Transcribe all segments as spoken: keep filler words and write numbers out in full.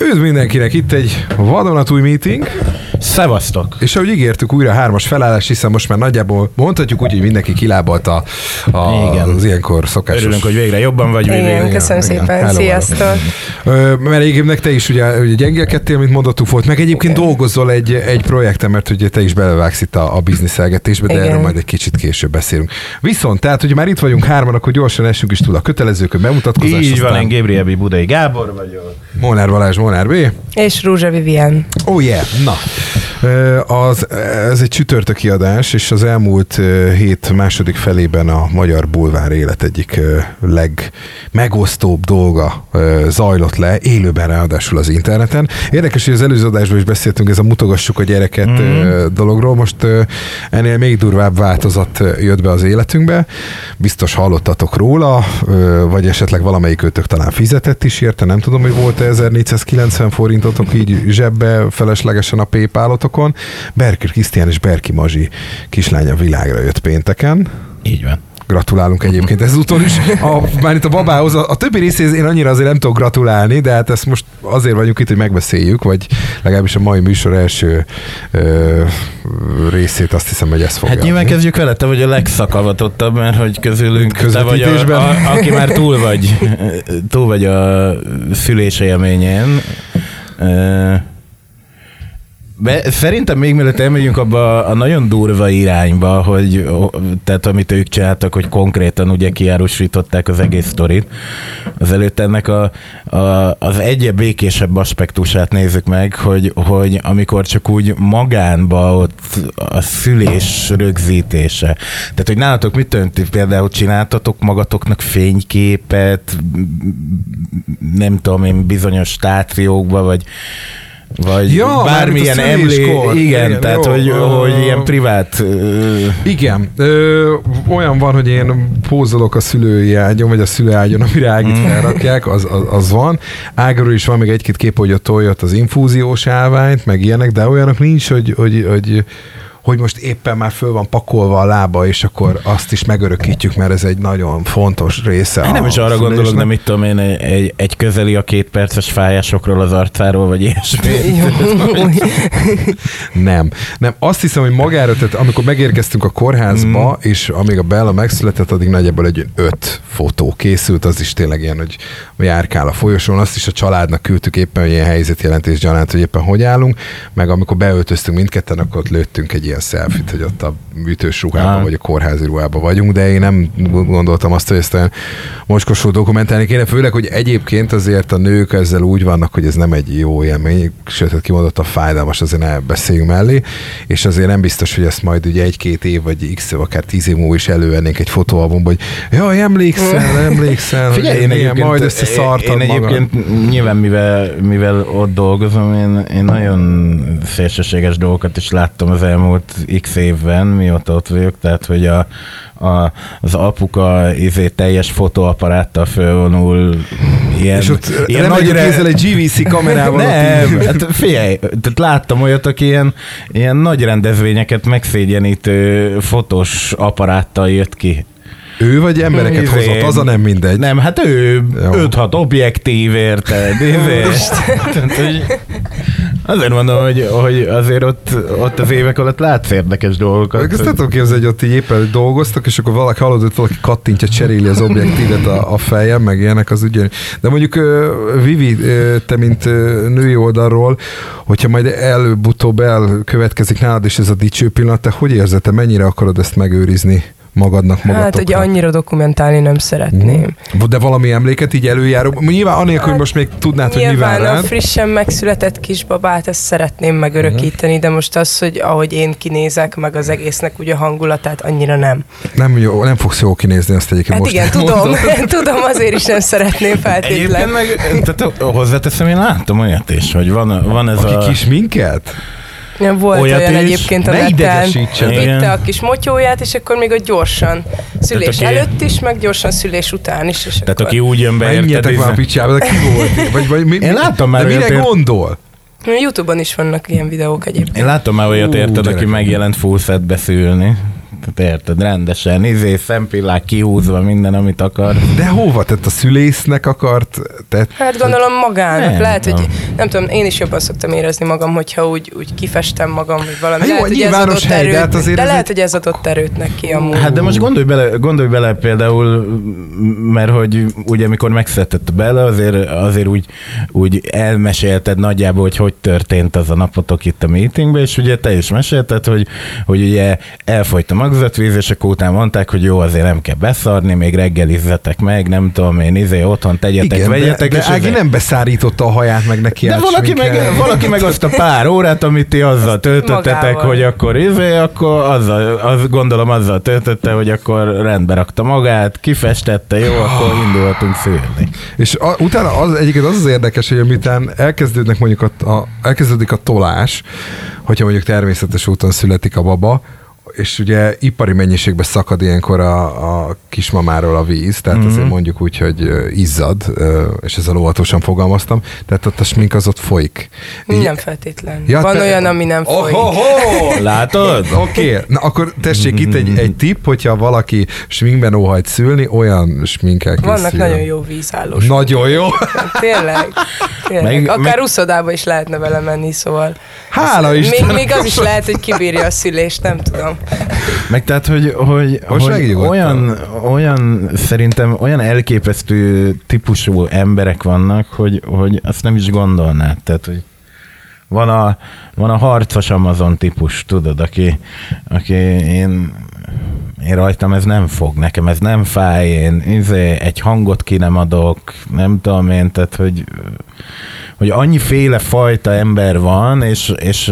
Üdv mindenkinek, itt egy vadonatúj meeting. Szevasztok! És ahogy ígértük, újra hármas felállás, hiszen most már nagyjából mondhatjuk úgy, hogy mindenki kilábalt a, a, az ilyenkor szokásos. Örülünk, hogy végre jobban vagy. Igen, végre. köszönöm igen, szépen. Hello, Sziasztok! Hello. Mert egyébként te is ugye, ugye gyengélkedtél, mint mondottuk volt, meg egyébként igen. dolgozol egy, egy projekten, mert ugye te is belevágsz itt a, a bizniszelgetésbe, de igen. erről majd egy kicsit később beszélünk. Viszont, tehát, hogy már itt vagyunk hárman, akkor gyorsan essünk is túl a kötelezőkön bemutatkozás. Így van, én Gabriel B. Budai Gábor vagyok. Molnár Balázs, Molnár B. És Rúzsa Vivien. Oh yeah, na. Az, ez egy csütörtöki adás, és az elmúlt hét második felében a magyar bulvár élet egyik legmegosztóbb dolga zajlott le, élőben ráadásul az interneten. Érdekes, hogy az előző adásban is beszéltünk, ez a mutogassuk a gyereket mm. dologról, most ennél még durvább változat jött be az életünkbe. Biztos hallottatok róla, vagy esetleg valamelyik őtök talán fizetett is érte, nem tudom, hogy volt-e ezernégyszázkilencven forintotok így zsebbe feleslegesen a PayPal-otokon. Berker Krisztián és Berki Mazsi kislánya világra jött pénteken. Így van. Gratulálunk egyébként ezúton is. A, már itt a babához, a, a többi részéhez én annyira azért nem tudok gratulálni, de hát ezt most azért vagyunk itt, hogy megbeszéljük, vagy legalábbis a mai műsor első ö, részét azt hiszem, hogy ez fogja. Hát nyilván kezdjük vele, te vagy a legszakavatottabb, mert hogy közülünk te vagy a, a, aki már túl vagy, túl vagy a szülés élményén. Ö, Be, szerintem még mielőtt elmegyünk abba a nagyon durva irányba, hogy tehát amit ők csináltak, hogy konkrétan ugye kiárusították az egész sztorit, azelőtt ennek a, a, az egyre békésebb aspektusát nézzük meg, hogy, hogy amikor csak úgy magánba ott a szülés rögzítése. Tehát, hogy nálatok mit történt? Például csináltatok magatoknak fényképet, nem tudom én, bizonyos stációkba, vagy vagy ja, bármilyen emlé... Igen, igen, tehát jó, hogy, ö... hogy ilyen privát... Igen. Ö, olyan van, hogy én pózolok a szülői ágyon, vagy a szülőágyon, amire Ágit felrakják, az, az, az van. Ágról is van még egy-két kép, hogy ott olyat az infúziós állványt, meg ilyenek, de olyanok nincs, hogy, hogy, hogy hogy most éppen már föl van pakolva a lába, és akkor azt is megörökítjük, mert ez egy nagyon fontos része. Nem is arra szülésnek. Gondolok, nem mit tudom én, egy, egy közeli a két perces fájásokról az arcáról, vagy ilyesmi. nem. Nem. Azt hiszem, hogy magára, tehát amikor megérkeztünk a kórházba, mm. és amíg a Bella megszületett, addig nagyjából egy öt fotó készült, az is tényleg ilyen, hogy járkál a folyosón, azt is a családnak küldtük éppen, hogy ilyen helyzetjelentés gyanánt, hogy éppen hogy állunk, meg amikor beöltöztünk mindketten, akkor ott lőttünk egy ilyen selfie-t, hogy ott a ütős ruhában, vagy a kórházi ruhában vagyunk, de én nem gondoltam azt, hogy ezt olyan mocskosul dokumentálni kéne, főleg, hogy egyébként azért a nők ezzel úgy vannak, hogy ez nem egy jó élmény, sőt, kimondott a fájdalmas, azért ne beszéljünk mellé, és azért nem biztos, hogy ezt majd ugye egy-két év, vagy x, akár tíz év múlva is elővennénk egy fotóalbumba, hogy jaj, emlékszel, emlékszel, figyelj, én, én majd összeszartad én egyébként magad. Nyilván, mivel, mivel ott dolgozom, én, én nagyon szélsőséges dolgokat is láttam az elmúlt x évben, mióta ott vagyok, tehát, hogy a, a, az apuka izé, teljes fotóapparáttal fölvonul ilyen, és ott ilyen nem nagy kézzel egy gé vé cé kamerával. Nem, hát figyelj, tehát láttam olyat, aki ilyen, ilyen nagy rendezvényeket megszégyenítő fotós apparáttal jött ki. Ő vagy embereket Izé, hozott, az a nem mindegy. Nem, hát ő öt-hat objektív, érted? Azért mondom, hogy, hogy azért ott, ott az évek alatt látsz érdekes dolgokat. Ezt nem tudom képzelni, hogy ott így éppen dolgoztak, és akkor valaki hallod, hogy valaki kattintja, cseréli az objektívet a, a fejem, meg ilyenek az ugyan. De mondjuk Vivi, te mint női oldalról, hogyha majd előbb-utóbb elkövetkezik nálad, és ez a dicső pillanat, te hogy érzed, te mennyire akarod ezt megőrizni magadnak, magatoknak? Hát ugye annyira dokumentálni nem szeretném. Mm. De valami emléket így előjáró? Nyilván anélkül, hát, hogy most még tudnád, hogy mi vár rád. A frissen megszületett kisbabát, ezt szeretném megörökíteni, de most az, hogy ahogy én kinézek, meg az egésznek ugye a hangulatát, annyira nem. Nem, jó, nem fogsz jól kinézni, azt egyébként hát most igen, tudom, tudom, azért is nem szeretném feltétlen. Egyébként meg, tehát hozzáteszem, én láttam olyat is, hogy van, van ez Aki a... kis minket? Nem, volt olyat olyan is, egyébként a neten, vitte a kis motyóját, és akkor még ott gyorsan szülés tehát, előtt is, meg gyorsan szülés után is. És tehát akkor... aki úgy jön be, érted? Menjetek már a picsába, de ki volt? Vagy, vagy, mi, Én láttam már de mire olyat, gondol? YouTube-on is vannak ilyen videók egyébként. Én láttam már olyat, érted, aki megjelent full setbe szülni. Tehát érted, rendesen, izé, szempillák kihúzva, minden, amit akar. De hova? Tehát a szülésznek akart? Tehát... Hát gondolom magának. Nem, Lehet, nem. hogy nem tudom, én is jobban szoktam érezni magam, hogyha úgy, úgy kifestem magam, vagy valami. Hát jó, lehet, hogy ez nyilvános adott hely, de erőt, hát azért de ez lehet, egy- hogy ez adott erőt neki amúgy. Hát de most gondolj bele, gondolj bele például, mert hogy ugye amikor megszületett bele, azért, azért úgy, úgy elmesélted nagyjából, hogy hogy történt az a napotok itt a meetingben, és ugye te is mesélted, hogy, hogy ugye elfolyt a magzatvíz, és akkor utána mondták, hogy jó, azért nem kell beszarni, még reggelizzetek meg, nem tudom én, izé otthon tegyetek, Igen, vegyetek. de, de és Ági ezek- nem beszárította a haját, meg neki De valaki meg, valaki meg azt a pár órát, amit ti azzal töltöttetek, magával. hogy akkor izé, akkor azzal, az, gondolom azzal töltötte, hogy akkor rendbe rakta magát, kifestette, jó, akkor indulhatunk szülni. És a, utána az, egyébként az az érdekes, hogy miután elkezdődnek mondjuk a, a, elkezdődik a tolás, hogyha mondjuk természetes úton születik a baba, és ugye ipari mennyiségben szakad ilyenkor a, a kismamáról a víz, tehát mm-hmm. azért mondjuk úgy, hogy ö, izzad, ö, és ezzel óvatosan fogalmaztam, tehát ott a smink az ott folyik. Így- Nem feltétlen. Ja, Van te- olyan, ami nem folyik. Oh, oh, oh! Látod? Oké, okay. Na akkor tessék itt egy, egy tipp, hogyha valaki sminkben óhajt szülni, olyan sminkkel készül. Vannak nagyon jó vízállós. Nagyon jó. Tényleg. Tényleg. Meg- Akár meg- uszodába is lehetne vele menni, szóval. Hála még, Istennek. még az is lehet, hogy kibírja a szülést, nem tudom. Meg tehát, hogy, hogy, Most hogy megnyugodtam. olyan, olyan, szerintem olyan elképesztő típusú emberek vannak, hogy, hogy azt nem is gondolnád. Tehát, hogy van a, van a harcos Amazon típus, tudod, aki, aki én, én rajtam ez nem fog, nekem ez nem fáj, én izé, egy hangot ki nem adok, nem tudom én, tehát, hogy, hogy annyiféle fajta ember van, és, és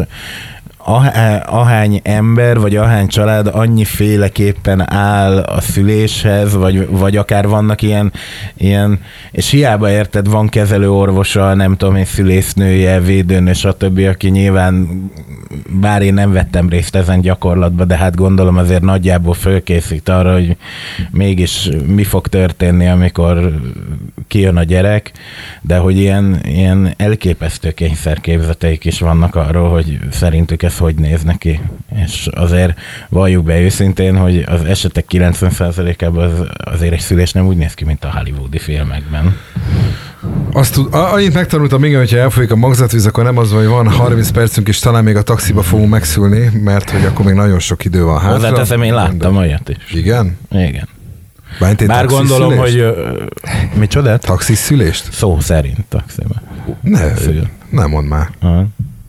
ahány ember, vagy ahány család annyiféleképpen áll a szüléshez, vagy, vagy akár vannak ilyen, ilyen, és hiába érted, van kezelőorvosa, nem tudom én, szülésznője, védőnő, stb., aki nyilván, bár én nem vettem részt ezen gyakorlatban, de hát gondolom azért nagyjából fölkészít arra, hogy mégis mi fog történni, amikor kijön a gyerek, de hogy ilyen, ilyen elképesztő kényszerképzeteik is vannak arról, hogy szerintük ez hogy néz neki. És azért valljuk be őszintén, hogy az esetek kilencven százalékában az, azért egy szülés nem úgy néz ki, mint a hollywoodi filmekben. Azt tud, annyit megtanultam, igen, hogyha elfolyik a magzatvíz, akkor nem az, hogy van harminc percünk, és talán még a taxiba fogunk megszülni, mert hogy akkor még nagyon sok idő van hátra. Hozzáteszem, én láttam olyat is. Igen? Igen. Bár, Bár gondolom, hogy... ö, Micsoda? Taxis szülést? Szó szerint taxiba. Ne, Szül. nem mondd már. Aha.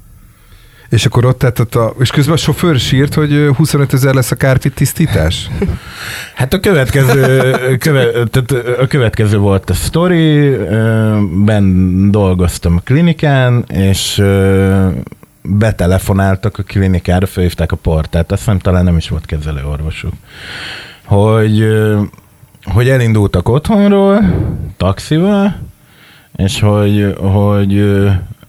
És akkor ott, tehát ott a, és közben a sofőr sírt, hogy huszonöt ezer lesz a kárpit tisztítás? Hát a következő, köve, tehát a következő volt a sztori, ben dolgoztam a klinikán, és betelefonáltak a klinikára, felhívták a portát, azt hiszem talán nem is volt kezelőorvosuk, hogy, hogy elindultak otthonról, taxival, és hogy, hogy,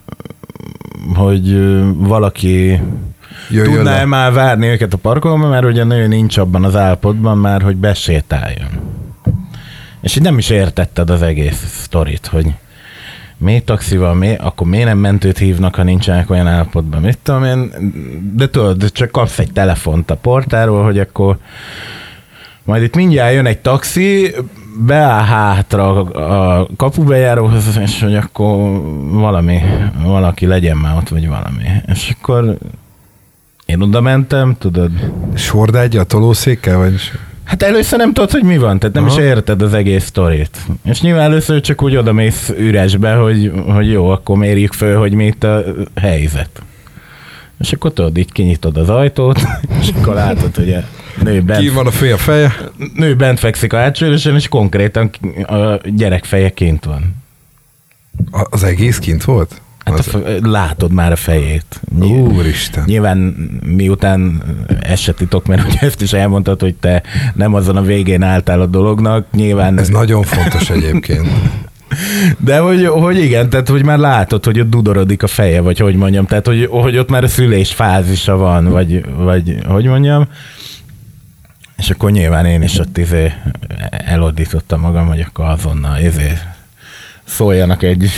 hogy valaki Jöjjön tudná le. már várni őket a parkolóban, mert ugye nő nincs abban az állapotban már, hogy besétáljon. És így nem is értetted az egész sztorit, hogy mi taxival, mi, akkor miért nem mentőt hívnak, ha nincsenek olyan állapotban, mit tudom én, de tudod, csak kapsz egy telefont a portáról, hogy akkor majd itt mindjárt jön egy taxi, beáll hátra a kapubejáróhoz, és hogy akkor valami, valaki legyen már ott, vagy valami. És akkor én oda mentem, tudod. Sordádja a tolószékkel, vagy? Hát először nem tudod, hogy mi van, tehát nem Aha. is érted az egész sztorit. És nyilván először csak úgy odamész üresbe, hogy, hogy jó, akkor mérjük föl, hogy mi itt a helyzet. És akkor tudod, így kinyitod az ajtót, és akkor látod, hogy a nő bent, Ki van a fej a feje? nő bent fekszik a hátsóülésen, és konkrétan a gyerek feje kint van. A- Az egész kint volt? Hát Az... a, f- látod már a fejét. Ny- Úristen. Nyilván miután ez se titok, mert ugye ezt is elmondtad, hogy te nem azon a végén álltál a dolognak, nyilván... Ez nagyon fontos egyébként. De hogy, hogy igen, tehát hogy már látod, hogy ott dudorodik a feje, vagy hogy mondjam, tehát hogy, hogy ott már a szülés fázisa van, vagy, vagy hogy mondjam. És akkor nyilván én is ott izé elordítottam magam, hogy akkor azonnal izé szóljanak egy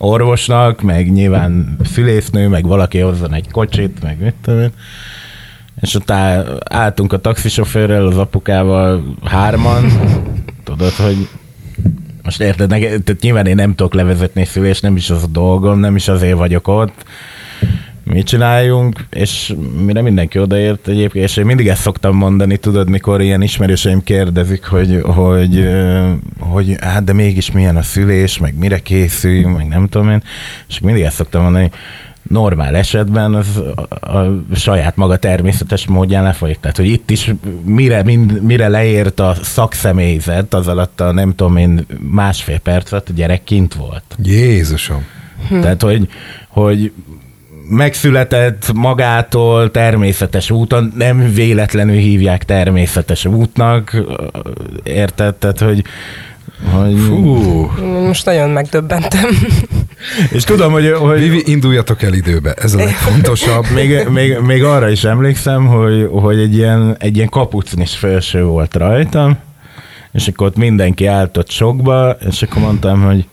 orvosnak, meg nyilván szülésznő, meg valaki hozzon egy kocsit, meg mit tudom én. és ott áll, álltunk a taxisofőrrel, az apukával hárman, tudod, hogy most érted, tehát nyilván én nem tudok levezetni szülést, nem is az a dolgom, nem is azért vagyok ott. Mit csináljunk, és mire mindenki odaért egyébként, és én mindig ezt szoktam mondani, tudod, mikor ilyen ismerőseim kérdezik, hogy, hogy, hogy hát de mégis milyen a szülés, meg mire készüljünk, meg nem tudom én, és mindig ezt szoktam mondani, normál esetben az a, a saját maga természetes módján lefolyik. Tehát, hogy itt is mire, mind, mire leért a szakszemélyzet, az alatt a nem tudom én másfél percet a gyerek kint volt. Jézusom! Hm. Tehát, hogy, hogy megszületett magától természetes úton, nem véletlenül hívják természetes útnak, érted? Tehát, hogy, hogy... Fú. Most nagyon megdöbbentem. És tudom, hogy... hogy... Vivi, induljatok el időbe, ez a legfontosabb. még, még, még arra is emlékszem, hogy, hogy egy ilyen, egy ilyen kapucnis felső volt rajtam, és akkor ott mindenki állt ott sokba, és akkor mondtam, hogy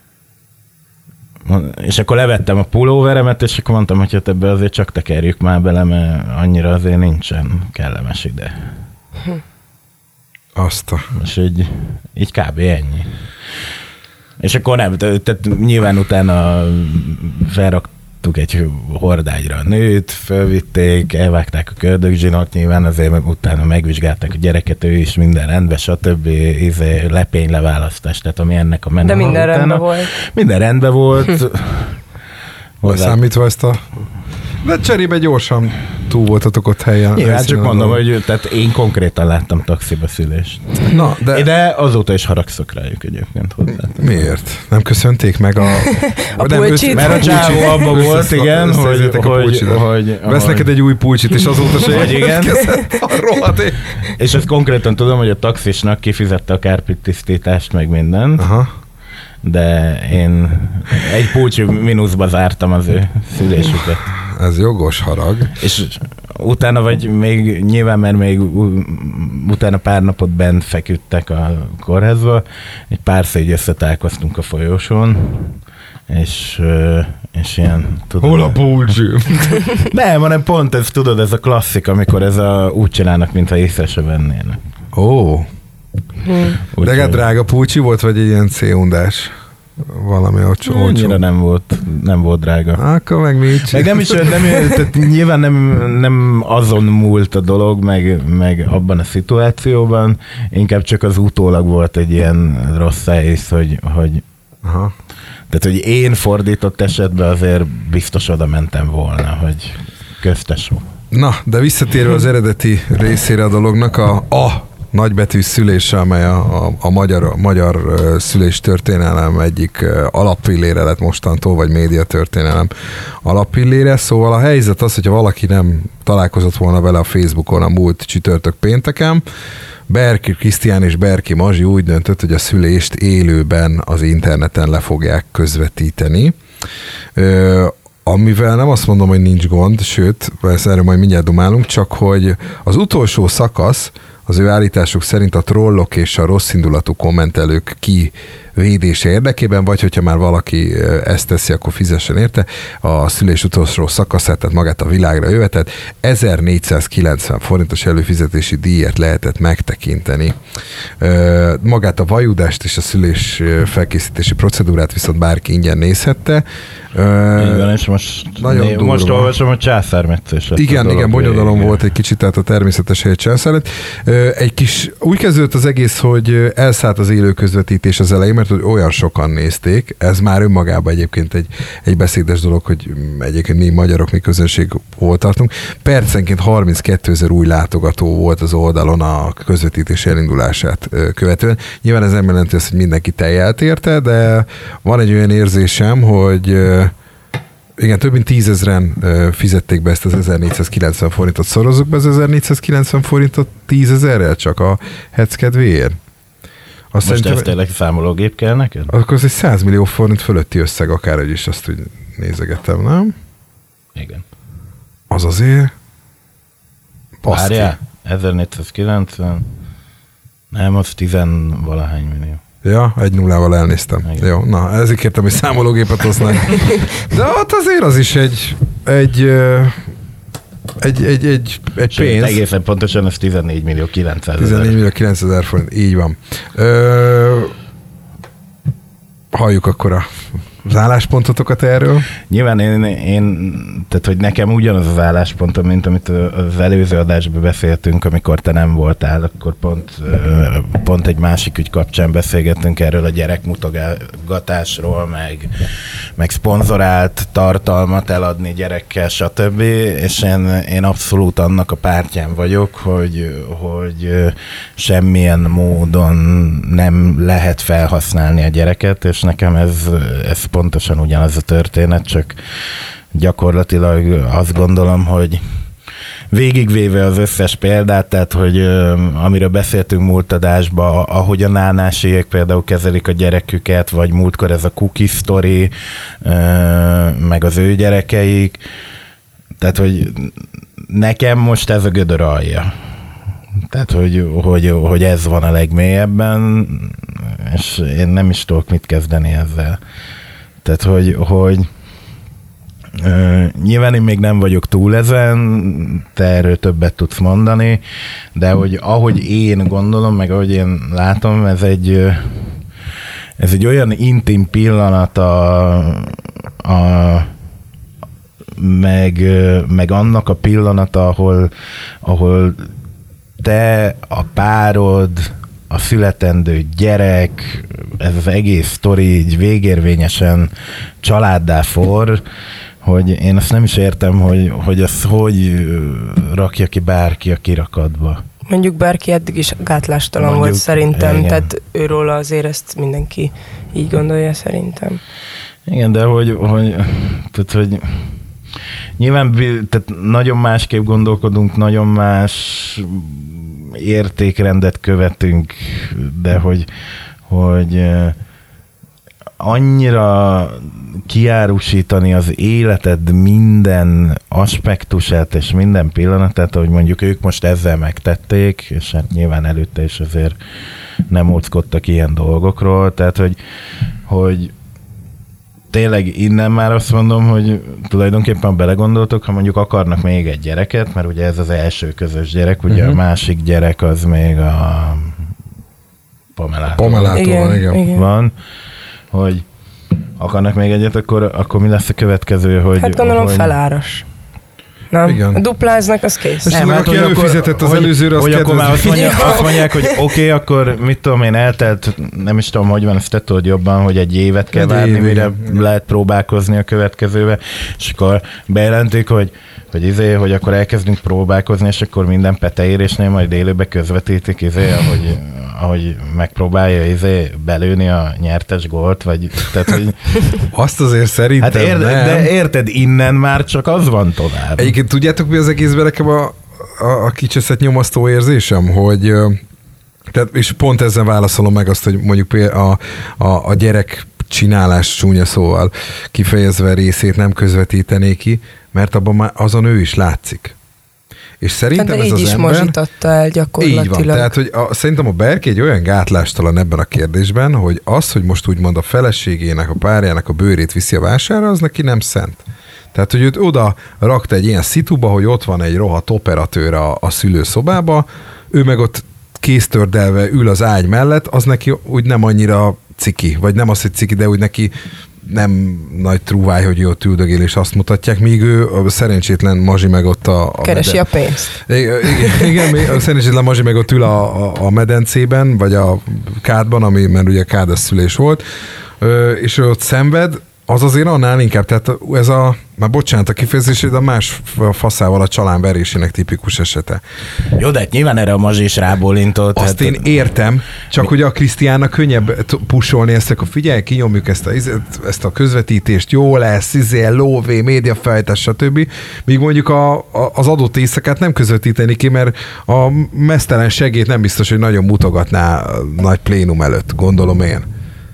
és akkor levettem a pulóveremet, és akkor mondtam, hogy hát ebbe azért csak tekerjük már bele, mert annyira azért nincsen kellemes ide. Azt a... És így, így kb. Ennyi. És akkor nem, tehát nyilván utána felraktuk egy hordágyra a nőt, fölvitték, elvágták a köldögzsinót, nyilván azért utána megvizsgálták a gyereket, ő is minden rendben, stb. Íze, lepény leválasztás, tehát ami ennek a menő. De minden utána, rendben volt. Minden rendben volt. Leszámítva ezt a... De cserébe gyorsan túl voltatok ott helyen. Nyilván csak mondom, hogy tehát én konkrétan láttam taxiba szülést. Na, de... de azóta is haragszok rájuk egyébként hozzá. Miért? Nem köszönték meg a... a pulcsit? Mert a csávó abban volt, igen, hogy, hogy, hogy... Vesz neked egy új pulcsit, és azóta se hogy igen. A rohadt. És ezt konkrétan tudom, hogy a taxisnak kifizette a kárpit-tisztítást, meg mindent. Aha. De én egy pulcsi mínuszba zártam az ő szülésüket. Ez jogos harag. És utána, vagy még nyilván, mert még utána pár napot bent feküdtek a kórházba, egy párszor így összetálkoztunk a folyosón, és, és ilyen... Tudod, hol a pulcsi? Nem, hanem pont ez, tudod, ez a klasszik, amikor ez a, úgy csinálnak, mintha észre se vennének. Ó. Hmm. De hát drága pulcsi volt, vagy egy ilyen C-undás? Valami olcsó. Annyira nem volt, nem volt drága. Akkor meg mit? Meg nem is, nem, tehát nyilván nem, nem azon múlt a dolog, meg, meg abban a szituációban, inkább csak az utólag volt egy ilyen rossz ész, hogy, hogy aha. Tehát, hogy én fordított esetben azért biztos oda mentem volna, hogy köztesó. Na, de visszatérve az eredeti részére a dolognak, a, a nagybetű szülése, amely a, a, a magyar, a magyar szülés történelem egyik alappillére lett mostantól, vagy média történelem alappillére. Szóval a helyzet az, hogyha valaki nem találkozott volna vele a Facebookon a múlt csütörtök pénteken, Berki Krisztián és Berki Mazsi úgy döntött, hogy a szülést élőben az interneten le fogják közvetíteni. Ö, amivel nem azt mondom, hogy nincs gond, sőt, erről majd mindjárt dumálunk, csak hogy az utolsó szakasz az ő állításuk szerint a trollok és a rosszindulatú kommentelők kivédése érdekében, vagy hogyha már valaki ezt teszi, akkor fizessen érte. A szülés utolsó szakaszát, tehát magát a világra jövetet, ezernégyszázkilencven forintos előfizetési díjért lehetett megtekinteni. Magát a vajudást és a szülés felkészítési procedúrát viszont bárki ingyen nézhette. Igen, és most, né, most olvasom, hogy császármetszés. Igen, igen, bonyodalom volt egy kicsit, tehát a természetes helyett császár lett. Egy kis, úgy kezdődött az egész, hogy elszállt az élő közvetítés az elején, mert hogy olyan sokan nézték, ez már önmagában egyébként egy, egy beszédes dolog, hogy egyébként mi magyarok, mi közönség hol tartunk. Percenként harminckétezer új látogató volt az oldalon a közvetítés elindulását követően. Nyilván ez nem jelenti azt, hogy mindenki teljelt érte, de van egy olyan érzésem, hogy igen, több mint tízezren fizették be ezt az ezernégyszázkilencven forintot. Szorozzuk be az ezernégyszázkilencven forintot tízezerrel csak a hec kedvéért. Azt most ez tényleg számológép kell neked? Akkor az egy száz millió forint fölötti összeg, akárhogy is azt úgy nézegettem, nem? Igen. Az azért... Várjál, ezernégyszázkilencven, nem, az tizenvalahány millió. Ja, egy nullával elnéztem. Igen. Jó, na, ezért kértem, hogy számológépet hoznak. De ott azért az is egy, egy Egy, egy, egy, egy Sőt, pénz. egészen pontosan ez tizennégy millió kilencszázezer. tizennégy millió kilencszázezer forint, így van. Ö, halljuk akkor a az álláspontotokat erről? Nyilván én, én, tehát hogy nekem ugyanaz az álláspontom, mint amit az előző adásban beszéltünk, amikor te nem voltál, akkor pont, pont egy másik ügy kapcsán beszélgettünk erről a gyerekmutogatásról, meg, meg szponzorált tartalmat eladni gyerekkel, stb. És én, én abszolút annak a pártján vagyok, hogy, hogy semmilyen módon nem lehet felhasználni a gyereket, és nekem ez, ez pontosan ugyanaz a történet, csak gyakorlatilag azt gondolom, hogy végigvéve az összes példát, tehát, hogy amiről beszéltünk múlt adásban, ahogy a nánásiek például kezelik a gyereküket, vagy múltkor ez a cookie story, meg az ő gyerekeik, tehát, hogy nekem most ez a gödör alja. Tehát, hogy, hogy, hogy ez van a legmélyebben, és én nem is tudok mit kezdeni ezzel. Tehát, hogy, hogy uh, nyilván én még nem vagyok túl ezen, te erről többet tudsz mondani, de hogy ahogy én gondolom, meg ahogy én látom, ez egy, ez egy olyan intim pillanat a, a meg, meg annak a pillanata, ahol, ahol te, a párod, a születendő gyerek, ez az egész sztori így végérvényesen családdá forr, hogy én azt nem is értem, hogy, hogy azt hogy rakja ki bárki a kirakatba. Mondjuk bárki eddig is gátlástalan Mondjuk, volt szerintem, igen. Tehát őróla azért ezt mindenki így gondolja szerintem. Igen, de hogy, hogy, tehát, hogy nyilván tehát nagyon másképp gondolkodunk, nagyon más értékrendet követünk, de hogy, hogy annyira kiárusítani az életed minden aspektusát és minden pillanatát, ahogy mondjuk ők most ezzel megtették, és hát nyilván előtte is azért nem óckodtak ilyen dolgokról, tehát hogy, hogy tényleg innen már azt mondom, hogy tulajdonképpen belegondoltok, ha mondjuk akarnak még egy gyereket, mert ugye ez az első közös gyerek, ugye uh-huh. a másik gyerek az még a Pamelától, Pamelától van, igen. igen. van, hogy akarnak még egyet, akkor, akkor mi lesz a következő, hogy... Hát gondolom hogy... feláras. Nem? Igen. A dupláznak, az kész. És nem, hát, aki előfizetett az hogy, előzőre, az hogy akkor már azt mondják, Ja. azt mondják, hogy oké, okay, akkor mit tudom én, eltelt, nem is tudom, hogy van, ezt te tudod jobban, hogy egy évet kell egy várni, év, mire igen. lehet próbálkozni a következőbe, és akkor bejelentik, hogy hogy izé, hogy akkor elkezdünk próbálkozni, és akkor minden peteérésnél majd élőbe közvetítik, izé, ahogy, ahogy megpróbálja izé belőni a nyertes gólt, vagy tehát, hogy... Azt azért szerintem hát érde, nem. De érted, innen már csak az van tovább. Egyébként tudjátok, mi az egészben nekem a, a, a kicseszett nyomasztó érzésem, hogy tehát, és pont ezzel válaszolom meg azt, hogy mondjuk a, a, a gyerek csinálás csúnya szóval kifejezve részét nem közvetítené ki, mert abban már azon ő is látszik. És szerintem hát ez így az is ember... mozsította el gyakorlatilag. Így van, tehát hogy a, szerintem a Berki egy olyan gátlástalan ebben a kérdésben, hogy az, hogy most úgymond a feleségének, a párjának a bőrét viszi a vására, az neki nem szent. Tehát, hogy őt oda rakta egy ilyen szituba, hogy ott van egy rohadt operatőr a, a szülőszobába, ő meg ott kéztördelve ül az ágy mellett, az neki úgy nem annyira ciki, vagy nem az, hogy ciki, de úgy neki nem nagy trúváj, hogy ott üldögél, és azt mutatják, míg ő a szerencsétlen Mazsi meg ott a... a Keresi meden... a pénzt. Igen, igen, a szerencsétlen Mazsi meg ott ül a, a, a medencében, vagy a kádban, ami, mert ugye kád szülés volt, és ő ott szenved, az azért annál inkább, tehát ez a, már bocsánat a kifejezését, a más faszával a csalán verésének tipikus esete. Jó, de hát nyilván erre a Mazsi is rábólintott. Azt hát... én értem, csak hogy a Krisztiánnak könnyebb pusolni ezt, akkor figyelj, kinyomjuk ezt a, ezt a közvetítést, jó lesz, izé, lóvé, médiafejtás, stb. Míg mondjuk a, a, az adott éjszakát nem közvetíteni ki, mert a meztelen segéd nem biztos, hogy nagyon mutogatná nagy plénum előtt, gondolom én.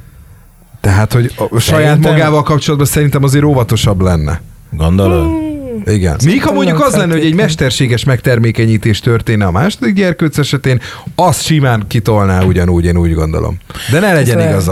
Tehát, hogy a saját szerintem... magával kapcsolatban szerintem azért óvatosabb lenne. Gondolod? Mm. Igen. Míg ha mondjuk az lenne, hogy egy mesterséges megtermékenyítés történne a második gyerkőc esetén, azt simán kitolná ugyanúgy, én úgy gondolom. De ne legyen igazam.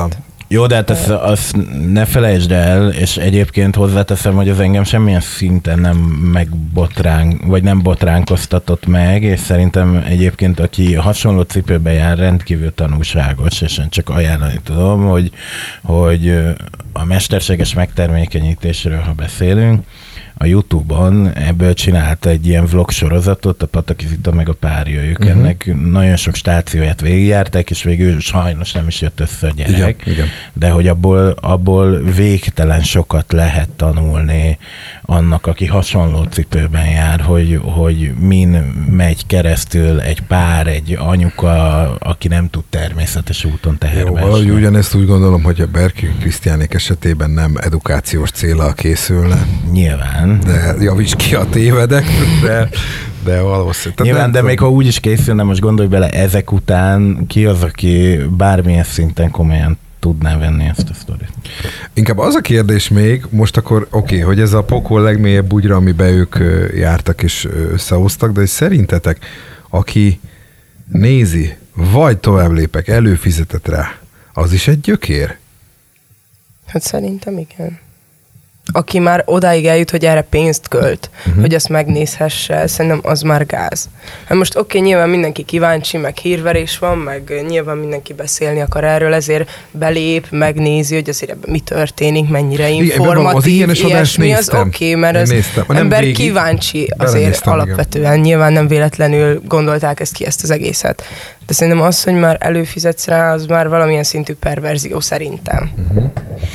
Jó, de hát azt, azt ne felejtsd el, és egyébként hozzáteszem, hogy az engem semmilyen szinten nem megbotránk, vagy nem botránkoztatott meg, és szerintem egyébként, aki hasonló cipőbe jár, rendkívül tanulságos, és én csak ajánlani tudom, hogy, hogy a mesterséges megtermékenyítésről, ha beszélünk, a YouTube-on ebből csinált egy ilyen vlog sorozatot, a Pataki Zita meg a párja, ők uh-huh. ennek nagyon sok stációját végigjárták, és végül sajnos nem is jött össze a gyerek. Igen, igen. De hogy abból, abból végtelen sokat lehet tanulni annak, aki hasonló cipőben jár, hogy, hogy min megy keresztül egy pár, egy anyuka, aki nem tud természetes úton teherbe. Jó, valahogy ugyanezt úgy gondolom, hogy a Berki Krisztiánék esetében nem edukációs céllal készülne. Nyilván. De javíts ki a tévedek, de, de valószínűleg. Nyilván, de még ha úgy is készülne, most gondolj bele, ezek után ki az, aki bármilyen szinten komolyan tudná venni ezt a sztorit. Inkább az a kérdés még, most akkor oké, okay, hogy ez a pokol legmélyebb bugyra, amiben ők jártak és összehoztak, de szerintetek, aki nézi, vagy tovább lépek, előfizetett rá, az is egy gyökér? Hát szerintem igen. Aki már odáig eljut, hogy erre pénzt költ, uh-huh. hogy azt megnézhesse, szerintem az már gáz. Hát most oké, okay, nyilván mindenki kíváncsi, meg hírverés van, meg nyilván mindenki beszélni akar erről, ezért belép, megnézi, hogy azért ebben mi történik, mennyire informatív, az ilyesmi, az oké, okay, mert az ember végig, kíváncsi azért alapvetően. Igen. Nyilván nem véletlenül gondolták ezt ki, ezt az egészet. De szerintem az, hogy már előfizetsz rá, az már valamilyen szintű perverzió szerintem. Uh-huh.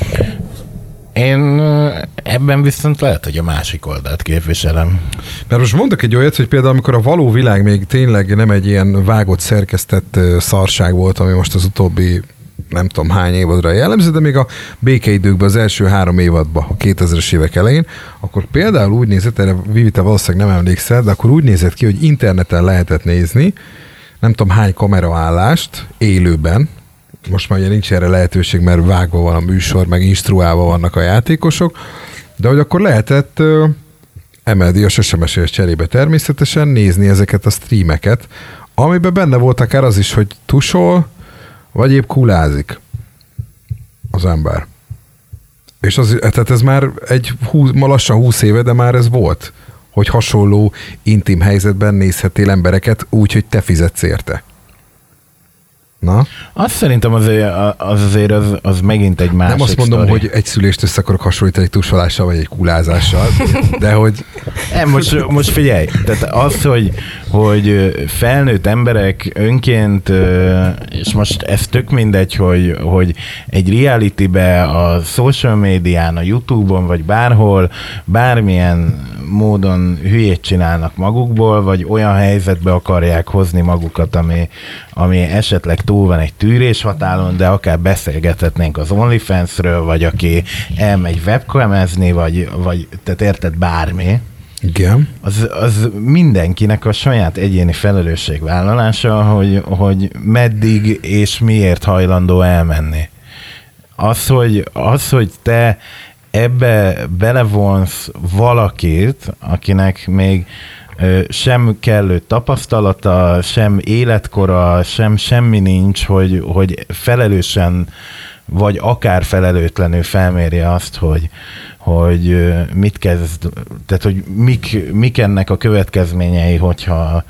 Én ebben viszont lehet, hogy a másik oldalt képviselem. Mert most mondok egy olyat, hogy például amikor a való világ még tényleg nem egy ilyen vágott, szerkesztett szarság volt, ami most az utóbbi nem tudom hány évadra jellemző, de még a békeidőkben az első három évadban, a kétezres évek elején, akkor például úgy nézett, erre Vivi, te valószínűleg nem emlékszel, de akkor úgy nézett ki, hogy interneten lehetett nézni, nem tudom hány kameraállást élőben, most már ugye nincs erre lehetőség, mert vágva van a műsor, meg instruálva vannak a játékosok, de hogy akkor lehetett uh, em el dé-os es em es-es cserébe természetesen nézni ezeket a streameket, amiben benne volt akár az is, hogy tusol, vagy épp kulázik az ember. És az, tehát ez már egy húsz, ma lassan húsz éve, de már ez volt, hogy hasonló intim helyzetben nézhetél embereket úgy, hogy te fizetsz érte. Na? Azt szerintem azért az, azért az, az megint egy másik Nem azt mondom, sztori. hogy egy szülést össze akarok hasonlítani egy tusolással, vagy egy kulázással, de hogy... Nem, most, most figyelj, tehát az, hogy, hogy felnőtt emberek önként, és most ez tök mindegy, hogy, hogy egy realitybe, a social médián, a YouTube-on, vagy bárhol, bármilyen módon hülyét csinálnak magukból, vagy olyan helyzetbe akarják hozni magukat, ami, ami esetleg túl van egy tűréshatáron, de akár beszélgethetnénk az OnlyFansről, vagy aki elmegy webcamezni, vagy, vagy tehát érted bármi. Igen. Az, az mindenkinek a saját egyéni felelősségvállalása, hogy, hogy meddig és miért hajlandó elmenni. Az, hogy, az, hogy te ebbe belevonsz valakit, akinek még sem kellő tapasztalata, sem életkora, sem semmi nincs, hogy, hogy felelősen, vagy akár felelőtlenül felmérje azt, hogy, hogy mit kezd, tehát hogy mik, mik ennek a következményei, hogyha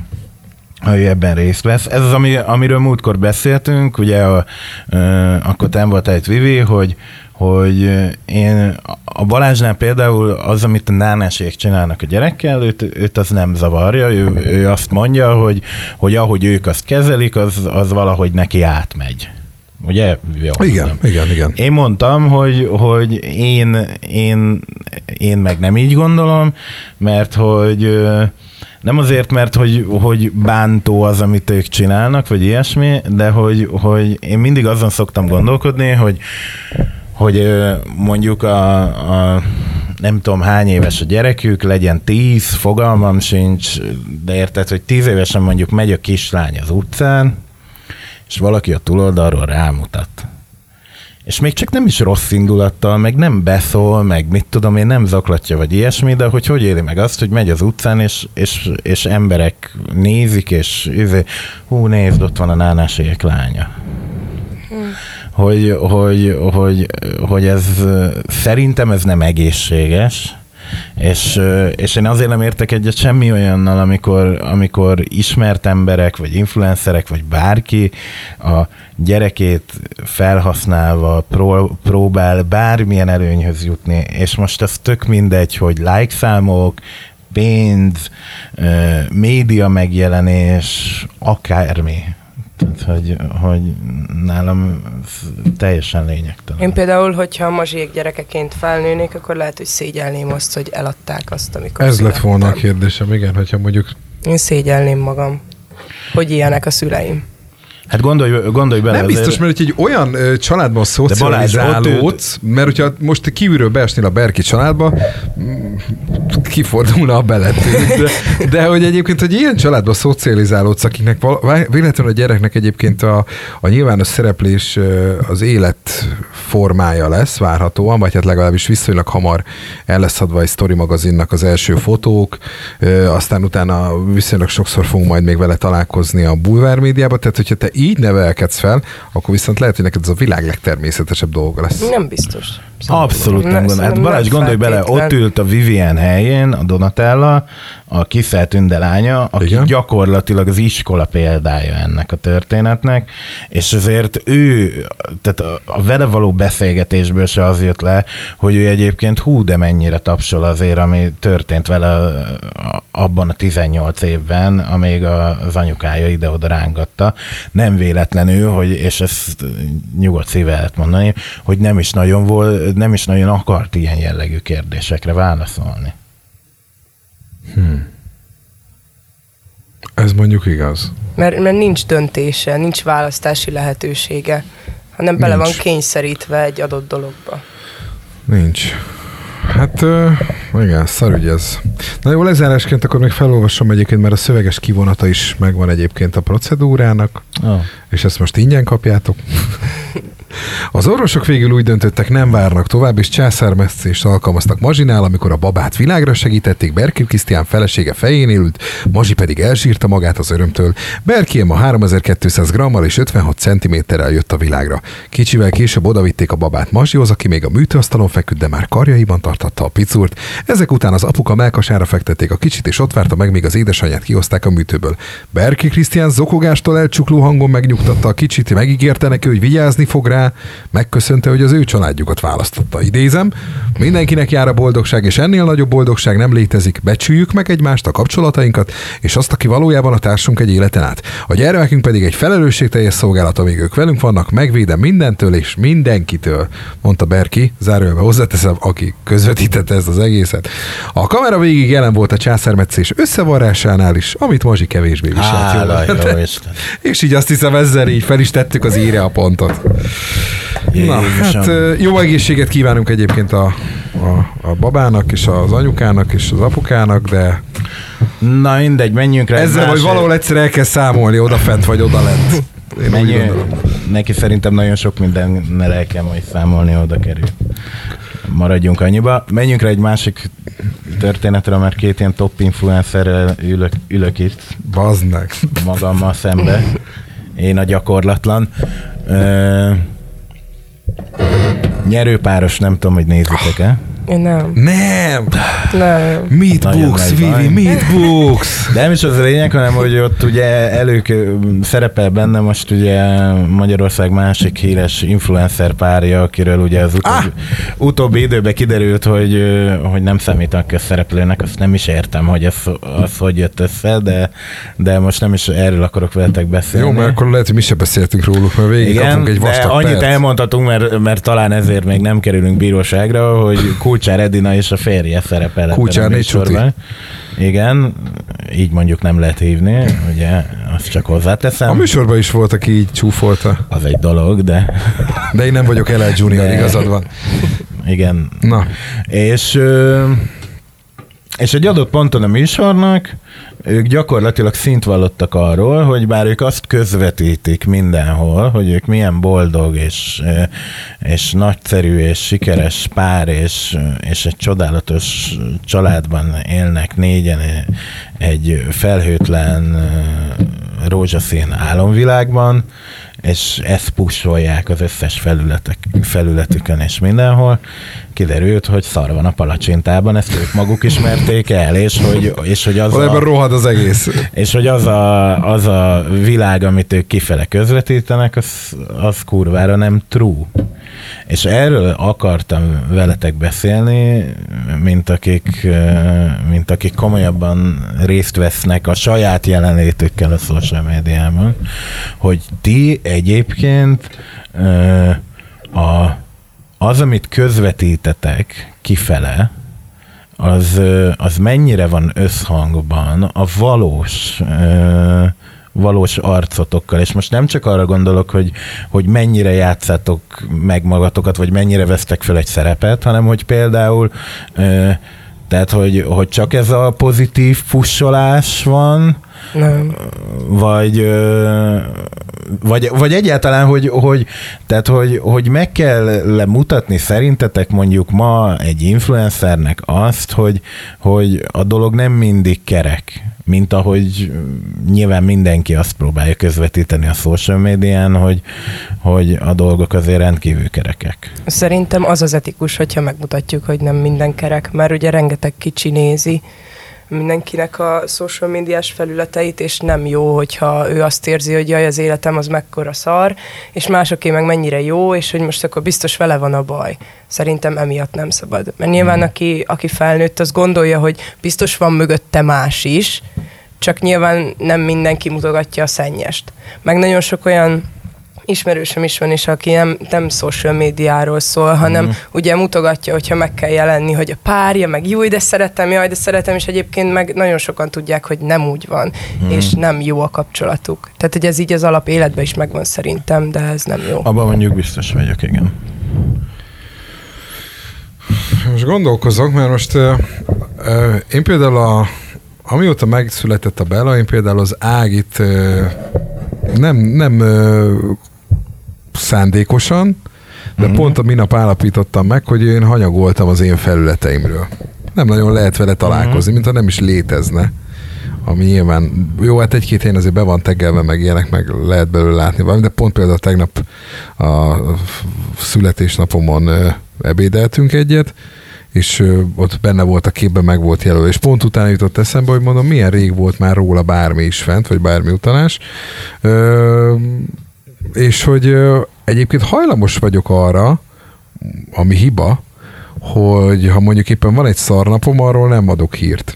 ha ő ebben részt vesz. Ez az, ami, amiről múltkor beszéltünk, ugye a, akkor nem volt egy Vivi, hogy hogy én a Balázsnál például az, amit a nánásék csinálnak a gyerekkel, őt, őt az nem zavarja, ő, ő azt mondja, hogy, hogy ahogy ők azt kezelik, az, az valahogy neki átmegy. Ugye? Jó, igen, nem. igen, igen. Én mondtam, hogy, hogy én, én, én meg nem így gondolom, mert hogy nem azért, mert hogy, hogy bántó az, amit ők csinálnak, vagy ilyesmi, de hogy, hogy én mindig azon szoktam gondolkodni, hogy hogy mondjuk a, a nem tudom hány éves a gyerekük, legyen tíz, fogalmam sincs, de érted, hogy tíz évesen mondjuk megy a kislány az utcán, és valaki a túloldalról rámutat. És még csak nem is rossz indulattal, meg nem beszól, meg mit tudom én, nem zaklatja, vagy ilyesmi, de hogy hogy éli meg azt, hogy megy az utcán, és, és, és emberek nézik, és hú, nézd, ott van a nánásék lánya. Hmm. hogy, hogy, hogy, hogy ez szerintem ez nem egészséges, és, és én azért nem értek egyet semmi olyannal, amikor, amikor ismert emberek, vagy influencerek, vagy bárki a gyerekét felhasználva pró, próbál bármilyen előnyhöz jutni, és most ez tök mindegy, hogy like számok, pénz, média megjelenés, akármi. Tehát, hogy, hogy nálam teljesen lényegtelen. Én például, hogyha a mazsiék gyerekeként felnőnék, akkor lehet, hogy szégyelném azt, hogy eladták azt, amikor Ez születtem. lett volna a kérdésem, igen, hogyha mondjuk... Én szégyelném magam, hogy ilyenek a szüleim. Hát gondolj, gondolj bele. Nem biztos, azért... mert egy olyan ö, családban szocializálódsz, mert hogyha most kívülről beesnél a Berki családba, kifordulna a beletét. De, de hogy egyébként, hogy ilyen családban szocializálódsz, akiknek véletlenül a gyereknek egyébként a, a nyilvános szereplés az élet formája lesz várhatóan, vagy hát legalábbis viszonylag hamar el lesz adva egy Story magazinnak az első fotók, aztán utána viszonylag sokszor fogunk majd még vele találkozni a bulvár médiában, tehát hogyha te így nevelkedsz fel, akkor viszont lehet, hogy neked ez a világ legtermészetesebb dolga lesz. Nem biztos. Abszolút nem, nem gondolom. Hát Balázs, gondolj bele, ott ült a Vivian helyén, a Donatella, a Kiszelt Tünde lánya, aki igen? gyakorlatilag az iskola példája ennek a történetnek, és azért ő, tehát a, a vele való beszélgetésből se az jött le, hogy ő egyébként hú, de mennyire tapsol azért, ami történt vele abban a tizennyolc évben, amíg az anyukája ide-oda rángatta. Nem véletlenül, hogy, és ezt nyugodt szívvel lehet mondani, hogy nem is nagyon volt, nem is nagyon akart ilyen jellegű kérdésekre válaszolni. Hmm. Ez mondjuk igaz. Mert, mert nincs döntése, nincs választási lehetősége, hanem bele nincs. Van kényszerítve egy adott dologba. Nincs. Hát uh, igen, szarügy ez. Na jó, lezárásként akkor még felolvasom egyébként, mert a szöveges kivonata is megvan egyébként a procedúrának, oh. és ezt most ingyen kapjátok. Az orvosok végül úgy döntöttek, nem várnak tovább, és császármetszést alkalmaztak Mazsinál, amikor a babát világra segítették, Berki Krisztián felesége fején ült, Mazsi pedig elsírta magát az örömtől. Berki ma háromezer-kétszáz grammal és ötvenhat centiméterrel jött a világra. Kicsivel később odavitték a babát Mazsihoz, aki még a műtőasztalon feküdt, de már karjaiban tartatta a picurt. Ezek után az apuka mellkasára fektették a kicsit, és ott várta meg, míg az édesanyját kihozták a műtőből. Berki Krisztián zokogástól elcsukló hangon megnyugtatta a kicsit, megígérte neki, hogy vigyázni fog rá, megköszönte, hogy az ő családjukat választotta. Idézem, mindenkinek jár a boldogság, és ennél nagyobb boldogság nem létezik. Becsüljük meg egymást, a kapcsolatainkat, és azt, aki valójában a társunk egy életen át. A gyermekünk pedig egy felelősségteljes szolgálat, amíg ők velünk vannak, megvédem mindentől és mindenkitől, mondta Berki, zárójelbe hozzáteszem, aki közvetítette ezt az egészet. A kamera végig jelen volt a császármetszés összevarrásánál is, amit Mazsi kevésbé viselt jól. És így azt hiszem, ezzel így fel is tettük az íre a pontot. Na, hát jó egészséget kívánunk egyébként a, a, a babának, és az anyukának, és az apukának, de... Na mindegy, menjünk rá. Ezzel vagy valahol egyszer el kell számolni, odafent vagy odalent. Én úgy gondolom. Neki szerintem nagyon sok mindennel el kell majd számolni, oda kerül. Maradjunk annyiba. Menjünk rá egy másik történetre, mert két ilyen top influencerrel ülök, ülök itt. Bazd meg. Magammal szembe. Én a gyakorlatlan. Ö, nyerőpáros, nem tudom, hogy nézitek-e. Én nem. Nem! Nem. Meatbooks, Vivi, Meatbooks! De nem is az a lényeg, hanem hogy ott ugye elők szerepel benne most ugye Magyarország másik híres influencer párja, akiről ugye az utóbbi, ah! utóbbi időben kiderült, hogy, hogy nem számítanak közszereplőnek, azt nem is értem, hogy ez, az hogy jött össze, de, de most nem is erről akarok veletek beszélni. Jó, mert akkor lehet, hogy mi sem beszéltünk róluk, mert végig igen, kapunk egy vastag annyit perc. elmondhatunk, mert, mert talán ezért még nem kerülünk bíróságra, hogy Kulcsár Edina és a férje szerepel. Kulcsár négy csuti. Igen, így mondjuk nem lehet hívni, ugye, azt csak hozzáteszem. A műsorban is volt, aki így csúfolta. Az egy dolog, de... De én nem vagyok el el Junior, de... igazad van. Igen. Na. És... És egy adott ponton a műsornak ők gyakorlatilag szint vallottak arról, hogy bár ők azt közvetítik mindenhol, hogy ők milyen boldog és, és nagyszerű és sikeres pár és, és egy csodálatos családban élnek négyen egy felhőtlen rózsaszín álomvilágban, és ezt pusolják az összes felületek, felületükön és mindenhol, kiderült, hogy szar van a palacsintában, ezt ők maguk ismerték el, és hogy, és hogy az Valójában a, rohad az egész. És hogy az a, az a világ, amit ők kifele közvetítenek, az, az kurvára nem true. És erről akartam veletek beszélni, mint akik, mint akik komolyabban részt vesznek a saját jelenlétükkel a social médiában, hogy ti egyébként a, az, amit közvetítetek kifele, az, az mennyire van összhangban a valós valós arcotokkal, és most nem csak arra gondolok, hogy, hogy mennyire játszátok meg magatokat, vagy mennyire vesztek fel egy szerepet, hanem hogy például tehát, hogy, hogy csak ez a pozitív pussolás van, nem. Vagy, vagy, vagy egyáltalán, hogy, hogy, tehát, hogy, hogy meg kell lemutatni szerintetek mondjuk ma egy influencernek azt, hogy, hogy a dolog nem mindig kerek, mint ahogy nyilván mindenki azt próbálja közvetíteni a social médián, hogy, hogy a dolgok azért rendkívül kerekek. Szerintem az az etikus, hogyha megmutatjuk, hogy nem minden kerek, mert ugye rengeteg kicsi nézi mindenkinek a social médiás felületeit, és nem jó, hogyha ő azt érzi, hogy jaj, az életem az mekkora szar, és másoké meg mennyire jó, és hogy most akkor biztos vele van a baj. Szerintem emiatt nem szabad. Mert nyilván aki, aki felnőtt, az gondolja, hogy biztos van mögötte más is, csak nyilván nem mindenki mutogatja a szennyest. Meg nagyon sok olyan ismerősöm is van, és aki nem, nem social médiáról szól, hanem mm. ugye mutogatja, hogyha meg kell jelenni, hogy a párja, meg jó, de szeretem, jaj, de szeretem, és egyébként meg nagyon sokan tudják, hogy nem úgy van, mm. és nem jó a kapcsolatuk. Tehát, hogy ez így az alap életben is megvan szerintem, de ez nem jó. Abban mondjuk biztos vagyok, igen. Most gondolkozok, mert most uh, uh, én például a, amióta megszületett a Bella, én például az Ágit uh, nem, nem uh, szándékosan, de mm-hmm. pont a minap állapítottam meg, hogy én hanyagoltam az én felületeimről. Nem nagyon lehet vele találkozni, mm-hmm. mintha nem is létezne. Ami nyilván, jó, hát egy-két helyen azért be van teggelve, meg ilyenek, meg lehet belőle látni valami, de pont például tegnap a születésnapomon ebédeltünk egyet, és ott benne volt a képben, meg volt jelölve, és pont utána jutott eszembe, hogy mondom, milyen rég volt már róla bármi is fent, vagy bármi utalás. Ö, és hogy egyébként hajlamos vagyok arra, ami hiba, hogy ha mondjuk éppen van egy szarnapom, arról nem adok hírt.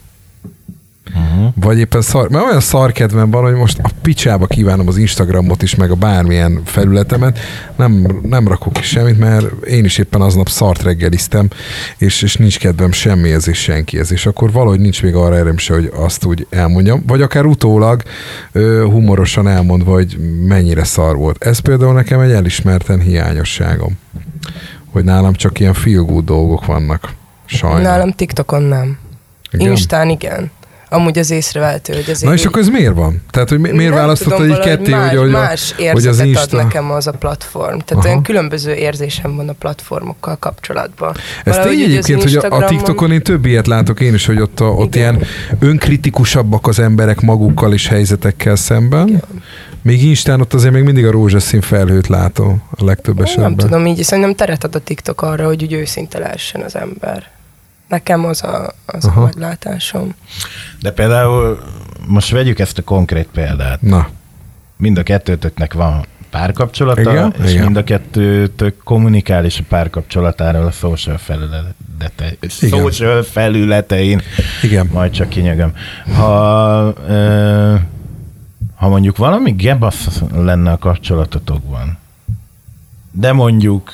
Uh-huh. Vagy éppen szar, mert olyan szarkedvem van, hogy most a picsába kívánom az Instagramot is, meg a bármilyen felületemet, nem, nem rakok ki semmit, mert én is éppen aznap szart reggeliztem, és, és nincs kedvem semmihez és senkihez, és akkor valahogy nincs még arra erőm se, hogy azt úgy elmondjam, vagy akár utólag ö, humorosan elmondva, hogy mennyire szar volt. Ez például nekem egy elismerten hiányosságom, hogy nálam csak ilyen feel good dolgok vannak. Sajnál. Nálam TikTokon nem. Igen? Instán igen. Amúgy az észrevehető, hogy azért... Na és akkor ez miért van? Tehát, hogy mi, miért választottad így ketté, más, hogy, más hogy, hogy az Insta... ad nekem az a platform. Tehát olyan különböző érzésem van a platformokkal kapcsolatban. Ez tény egyébként, hogy a TikTokon én több ilyet látok én is, hogy ott, a, ott ilyen önkritikusabbak az emberek magukkal és helyzetekkel szemben. Igen. Még Instán ott azért még mindig a rózsaszín felhőt látom a legtöbb én esetben. Nem tudom, így szerintem teret ad a TikTok arra, hogy úgy őszinte lehessen az ember. Nekem az a, az a meglátásom. De például most vegyük ezt a konkrét példát. Na. Mind a kettőtöknek van párkapcsolata, igen, és igen. mind a kettőtök kommunikál is a párkapcsolatáról a social felülete, social felületein. Igen. Majd csak kinyögöm. Ha, ö, ha mondjuk valami gebasz lenne a kapcsolatotokban, de mondjuk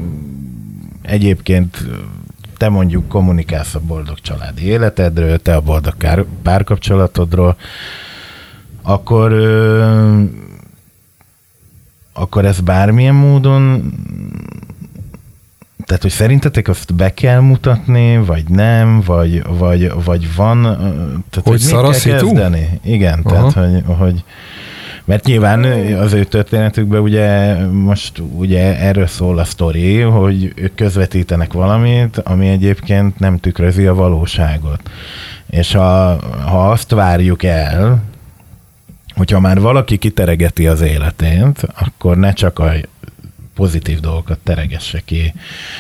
egyébként te mondjuk kommunikálsz a boldog családi életedről, te a boldog párkapcsolatodról, akkor, ö, akkor ez bármilyen módon, tehát, hogy szerintetek azt be kell mutatni, vagy nem, vagy, vagy, vagy van, tehát, hogy, hogy mit kell kezdeni? Igen, aha. Tehát, hogy, hogy mert nyilván az ő történetükben ugye most ugye erről szól a sztori, hogy ők közvetítenek valamit, ami egyébként nem tükrözi a valóságot. És ha, ha azt várjuk el, hogyha már valaki kiteregeti az életét, akkor ne csak a pozitív dolgokat teregesse ki,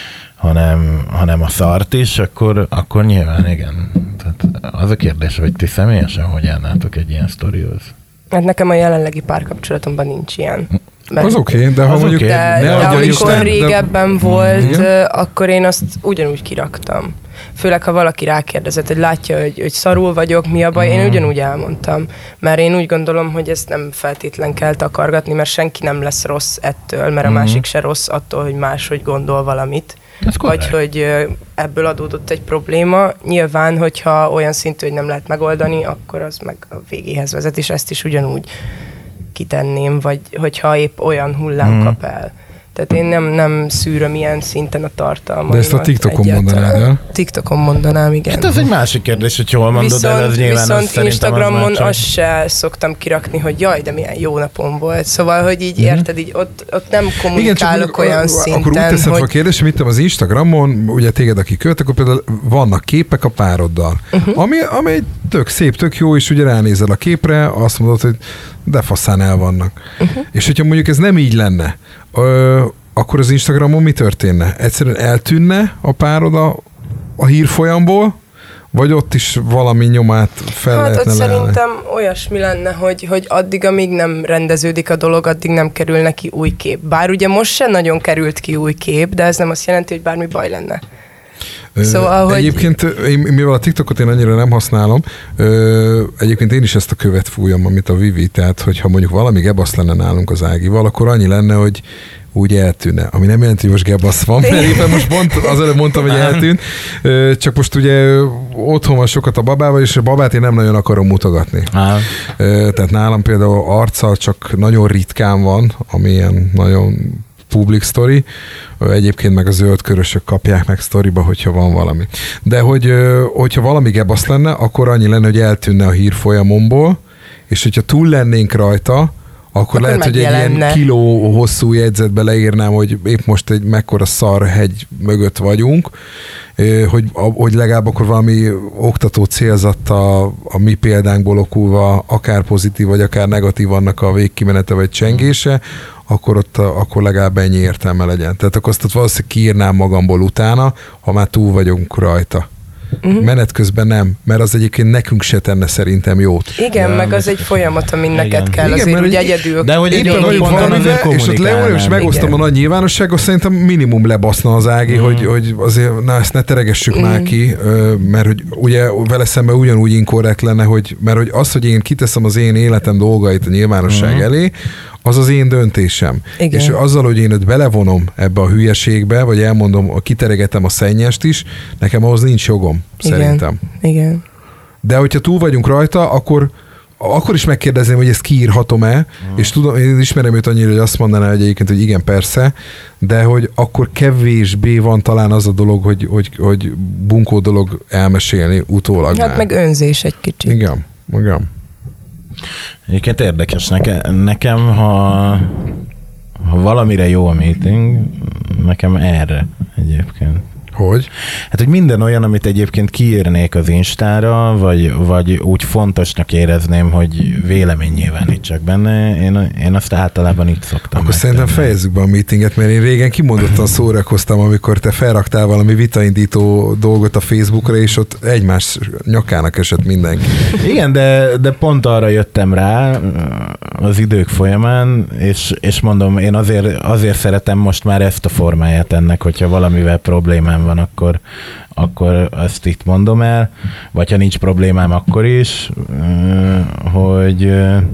hanem, hanem a szart is, akkor, akkor nyilván igen. Tehát az a kérdés, hogy ti személyesen hogy állnátok egy ilyen sztorihoz? Hát nekem a jelenlegi párkapcsolatomban nincs ilyen. Mert az oké, okay, de ha mondjuk... De, ne de amikor Isten, régebben de... volt, Igen? akkor én azt ugyanúgy kiraktam. Főleg, ha valaki rákérdezett, hogy látja, hogy, hogy szarul vagyok, mi a baj, én ugyanúgy elmondtam. Mert én úgy gondolom, hogy ezt nem feltétlen kell takargatni, mert senki nem lesz rossz ettől, mert a másik se rossz attól, hogy máshogy gondol valamit. Vagy hogy ebből adódott egy probléma. Nyilván, hogyha olyan szintű, hogy nem lehet megoldani, akkor az meg a végéhez vezet, és ezt is ugyanúgy kitenném, vagy hogyha épp olyan hullám hmm. kap el. Tehát én nem, nem szűröm ilyen szinten a tartalmat. De ezt a TikTokon mondanád el? TikTokon mondanám, igen. Hát ez egy másik kérdés, hogy hol mondod viszont, el, ez nyilván viszont az Instagramon az azt se szoktam kirakni, hogy jaj, de milyen jó napom volt. Szóval, hogy így mm-hmm. érted, így ott, ott nem kommunikálok igen, olyan a, szinten, akkor úgy teszem hogy... fel a kérdés, hogy mit tudom, az Instagramon, ugye téged, aki költ, akkor például vannak képek a pároddal, uh-huh. ami, ami egy tök szép, tök jó, és ugye ránézel a képre, azt mondod, hogy de faszán el vannak. Uh-huh. És hogyha mondjuk ez nem így lenne, ö, akkor az Instagramon mi történne? Egyszerűen eltűnne a párod a, a hírfolyamból, vagy ott is valami nyomát fel hát lehetne ott leállni? Szerintem olyasmi lenne, hogy, hogy addig, amíg nem rendeződik a dolog, addig nem kerül neki új kép. Bár ugye most sem nagyon került ki új kép, de ez nem azt jelenti, hogy bármi baj lenne. Szóval, hogy... Egyébként, én, mivel a TikTokot én annyira nem használom, ö, egyébként én is ezt a követ fújom, amit a Vivi, tehát hogyha mondjuk valami gebasz lenne nálunk az Ágival, akkor annyi lenne, hogy úgy eltűnne. Ami nem jelenti, hogy most gebasz van, mert éppen most mond, az előbb mondtam, hogy eltűnt. Csak most ugye otthon van sokat a babával, és a babát én nem nagyon akarom mutogatni. Aha. Tehát nálam például arccal csak nagyon ritkán van, ami ilyen nagyon public story, egyébként meg a zöldkörösök kapják meg sztoriba, hogyha van valami. De hogy, hogyha valami gebasz lenne, akkor annyi lenne, hogy eltűnne a hírfolyamomból, és hogyha túl lennénk rajta, akkor, akkor lehet, hogy egy ilyen kiló hosszú jegyzetbe leírnám, hogy épp most egy mekkora szarhegy mögött vagyunk, hogy, hogy legalább akkor valami oktató célzatta a mi példánkból okulva, akár pozitív, vagy akár negatív annak a végkimenete, vagy csengése, akkor ott akkor legalább ennyi értelme legyen. Tehát akkor azt valószínűleg kiírnám magamból utána, ha már túl vagyunk rajta. Uh-huh. Menet közben nem, mert az egyébként nekünk se tenne szerintem jót. Igen, ja, meg az egy folyamat, amin neked kell igen, azért úgy egyedül. De hogy éppen vagyunk valamivel, és ott leülöm, és megosztom igen. a nagy nyilvánossággal, szerintem minimum lebaszna az Ági, uh-huh. hogy, hogy azért na, ezt ne teregessük uh-huh. már ki, mert hogy ugye vele szemben ugyanúgy inkorrekt lenne, hogy, mert hogy az, hogy én kiteszem az én életem dolgait a nyilvánosság uh-huh. elé, az az én döntésem. Igen. És azzal, hogy én őt belevonom ebbe a hülyeségbe, vagy elmondom, kiteregetem a szennyest is, nekem ahhoz nincs jogom, igen. szerintem. Igen. De hogyha túl vagyunk rajta, akkor, akkor is megkérdezném, hogy ezt kiírhatom-e, mm. és tudom, én ismerem őt annyira, hogy azt mondaná, hogy egyébként, hogy igen, persze, de hogy akkor kevésbé van talán az a dolog, hogy, hogy, hogy bunkó dolog elmesélni utólag. Hát már. Meg önzés egy kicsit. Igen, igen. Egyébként érdekes, nekem, nekem ha, ha valamire jó a meeting, nekem erre egyébként. Hogy? Hát, hogy minden olyan, amit egyébként kiírnék az Instára, vagy, vagy úgy fontosnak érezném, hogy vélemény nyilvánítsak benne, én, én azt általában így szoktam. Akkor megtenni. Szerintem fejezzük be a meetinget, mert én régen kimondottan szórakoztam, amikor te felraktál valami vitaindító dolgot a Facebookra, és ott egymás nyakának esett mindenki. Igen, de, de pont arra jöttem rá az idők folyamán, és, és mondom, én azért, azért szeretem most már ezt a formáját ennek, hogyha valamivel problémám van, akkor, akkor azt itt mondom el, vagy ha nincs problémám, akkor is, hogy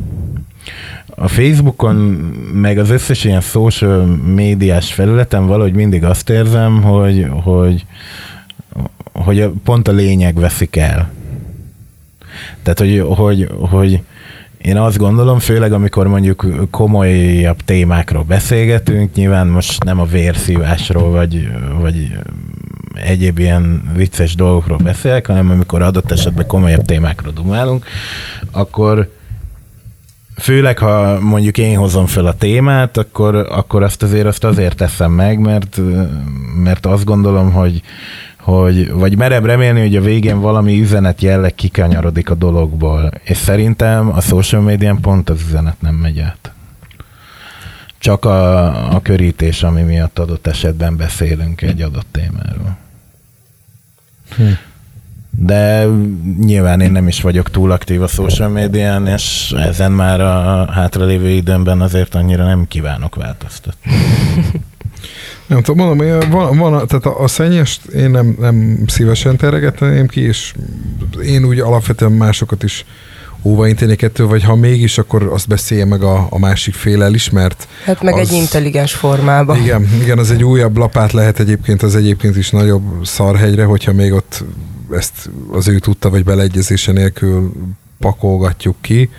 a Facebookon, meg az összes ilyen social médiás felületen valahogy mindig azt érzem, hogy, hogy, hogy pont a lényeg veszik el. Tehát, hogy, hogy, hogy én azt gondolom, főleg amikor mondjuk komolyabb témákról beszélgetünk, nyilván most nem a vérszívásról, vagy, vagy egyéb ilyen vicces dolgokról beszélek, hanem amikor adott esetben komolyabb témákról dumálunk, akkor főleg, ha mondjuk én hozom fel a témát, akkor, akkor azt azért, azt azért teszem meg, mert, mert azt gondolom, hogy, hogy, vagy merem remélni, hogy a végén valami üzenet jelleg kikanyarodik a dologból. És szerintem a social médián pont az üzenet nem megy át. Csak a, a körítés, ami miatt adott esetben beszélünk egy adott témáról. Hm. De nyilván én nem is vagyok túl aktív a social médián, és ezen már a hátralévő időmben azért annyira nem kívánok változtatni. Nem tudom, mondom, van, van, tehát a, a szennyest én nem, nem szívesen teregetném ki, és én úgy alapvetően másokat is óvainténék ettől, vagy ha mégis, akkor azt beszélje meg a, a másik félel is, mert... Hát meg az, egy intelligens formában. Igen, igen, az egy újabb lapát lehet egyébként, az egyébként is nagyobb szarhegyre, hogyha még ott ezt az ő tudta, vagy beleegyezése nélkül pakolgatjuk ki,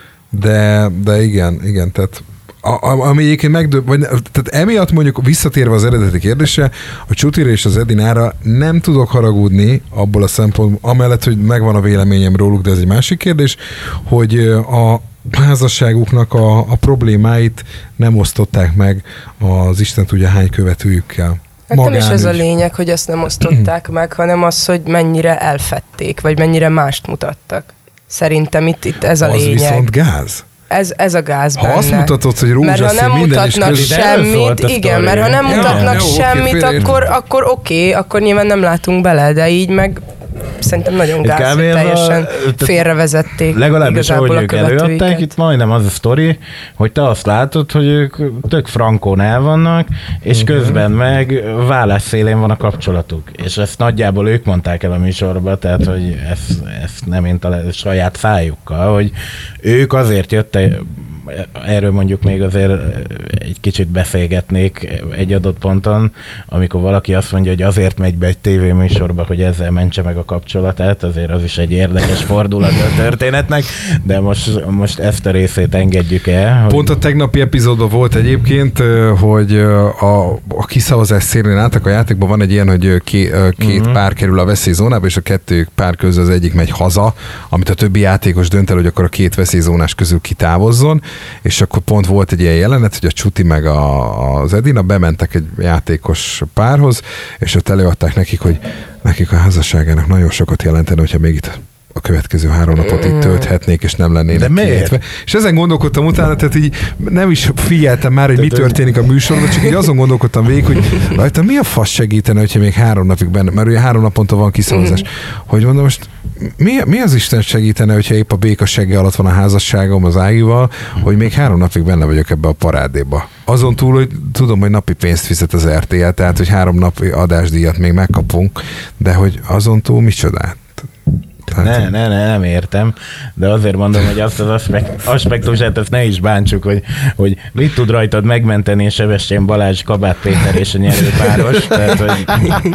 de, de igen, igen, tehát A, ami egyébként megdöbb, vagy, tehát emiatt mondjuk visszatérve az eredeti kérdésre, a Csutira és az Edinára nem tudok haragudni abból a szempontból, amellett, hogy megvan a véleményem róluk, de ez egy másik kérdés, hogy a házasságuknak a, a problémáit nem osztották meg az Isten tudja hány követőjükkel. Hát nem is ez a lényeg, hogy ezt nem osztották meg, hanem az, hogy mennyire elfedték, vagy mennyire mást mutattak. Szerintem itt, itt ez a az lényeg. Az viszont gáz. Ez, ez a gáz benne. Ha azt mutatod, hogy rózsaszín minden is mutatnak semmit, igen, mert ha nem mutatnak ja, semmit, okay, akkor, akkor oké, okay, akkor nyilván nem látunk bele, de így meg szerintem nagyon gáz, hogy teljesen a, félrevezették. Legalábbis, ahogy ők előadták, itt majdnem az a sztori, hogy te azt látod, hogy ők tök frankón el vannak, és uh-huh. közben meg vállás szélén van a kapcsolatuk. És ezt nagyjából ők mondták el a műsorba, tehát, hogy ezt, ezt nem én talán saját szájukkal, hogy ők azért jöttek, erről mondjuk még azért egy kicsit beszélgetnék egy adott ponton, amikor valaki azt mondja, hogy azért megy be egy tévéműsorba, hogy ezzel mentse meg a kapcsolatát, azért az is egy érdekes fordulat a történetnek, de most, most ezt a részét engedjük el. Hogy... Pont a tegnapi epizódban volt egyébként, hogy a, a kiszavazás szélén álltak a játékban, van egy ilyen, hogy két, két uh-huh. pár kerül a veszélyzónába, és a kettő pár közül az egyik megy haza, amit a többi játékos dönt el, hogy akkor a két veszélyzónás közül kitávozzon, és akkor pont volt egy ilyen jelenet, hogy a Csuti meg a, az Edina bementek egy játékos párhoz, és ott előadták nekik, hogy nekik a házasságának nagyon sokat jelentene, hogyha még itt a következő három napot itt tölthetnék, és nem lennének kiértve. És ezen gondolkodtam utána, tehát így nem is figyeltem már, hogy mi történik a műsorban, csak így azon gondolkodtam végig, hogy rajta mi a fasz segítene, hogyha még három napig benne, mert ugye három naponta van kiszavazás. Hogy mondom, most mi, mi az Isten segítene, hogyha épp a béka segge alatt van a házasságom az Ágival, hogy még három napig benne vagyok ebbe a parádéba. Azon túl, hogy tudom, hogy napi pénzt fizet az er té el, tehát hogy három napi adásdíjat még megkapunk, de hogy azon túl micsodát? Ne, ne, ne, nem értem, de azért mondom, hogy azt az aspekt, aspektusát azt ne is bántsuk, hogy, hogy mit tud rajtad megmenteni Sebestyén Balázs, Kabát Péter és a nyerőpáros, tehát hogy,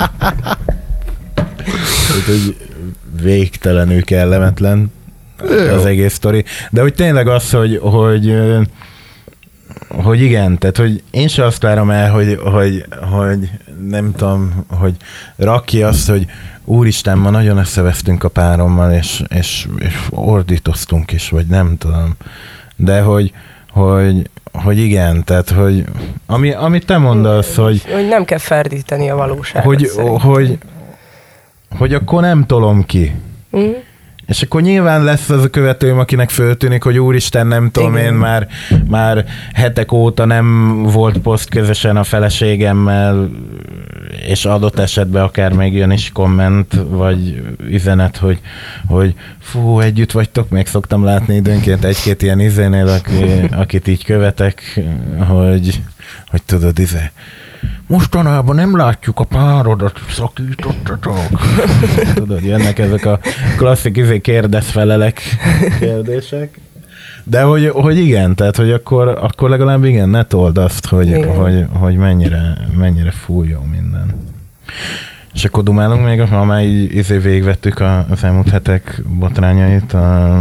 tehát, hogy végtelenül kellemetlen az egész sztori. De hogy tényleg az, hogy, hogy hogy igen, tehát hogy én sem azt várom el, hogy, hogy, hogy nem tudom, hogy rak ki azt, hogy úristen, ma nagyon összevesztünk a párommal, és, és, és ordítoztunk is, vagy nem tudom. De hogy, hogy, hogy igen, tehát hogy ami, amit te mondasz, hogy... Hogy nem kell ferdíteni a valóságot. Hogy, hogy, hogy akkor nem tolom ki. Mm. És akkor nyilván lesz az a követőm, akinek föltűnik, hogy úristen, nem tudom, igen. Én már, már hetek óta nem volt poszt közösen a feleségemmel, és adott esetben akár még jön is komment, vagy üzenet, hogy, hogy fú, együtt vagytok, még szoktam látni időnként egy-két ilyen izénél, aki, akit így követek, hogy, hogy tudod, izé, mostanában nem látjuk a párodat, szakítottatok. Tudod, jönnek ezek a klasszik izé kérdezfelelek kérdések. De hogy, hogy igen, tehát hogy akkor, akkor legalább igen, ne told azt, hogy, hogy, hogy mennyire, mennyire fújó minden. És akkor dumálunk még, ha már így izé végigvettük az elmúlt hetek botrányait a,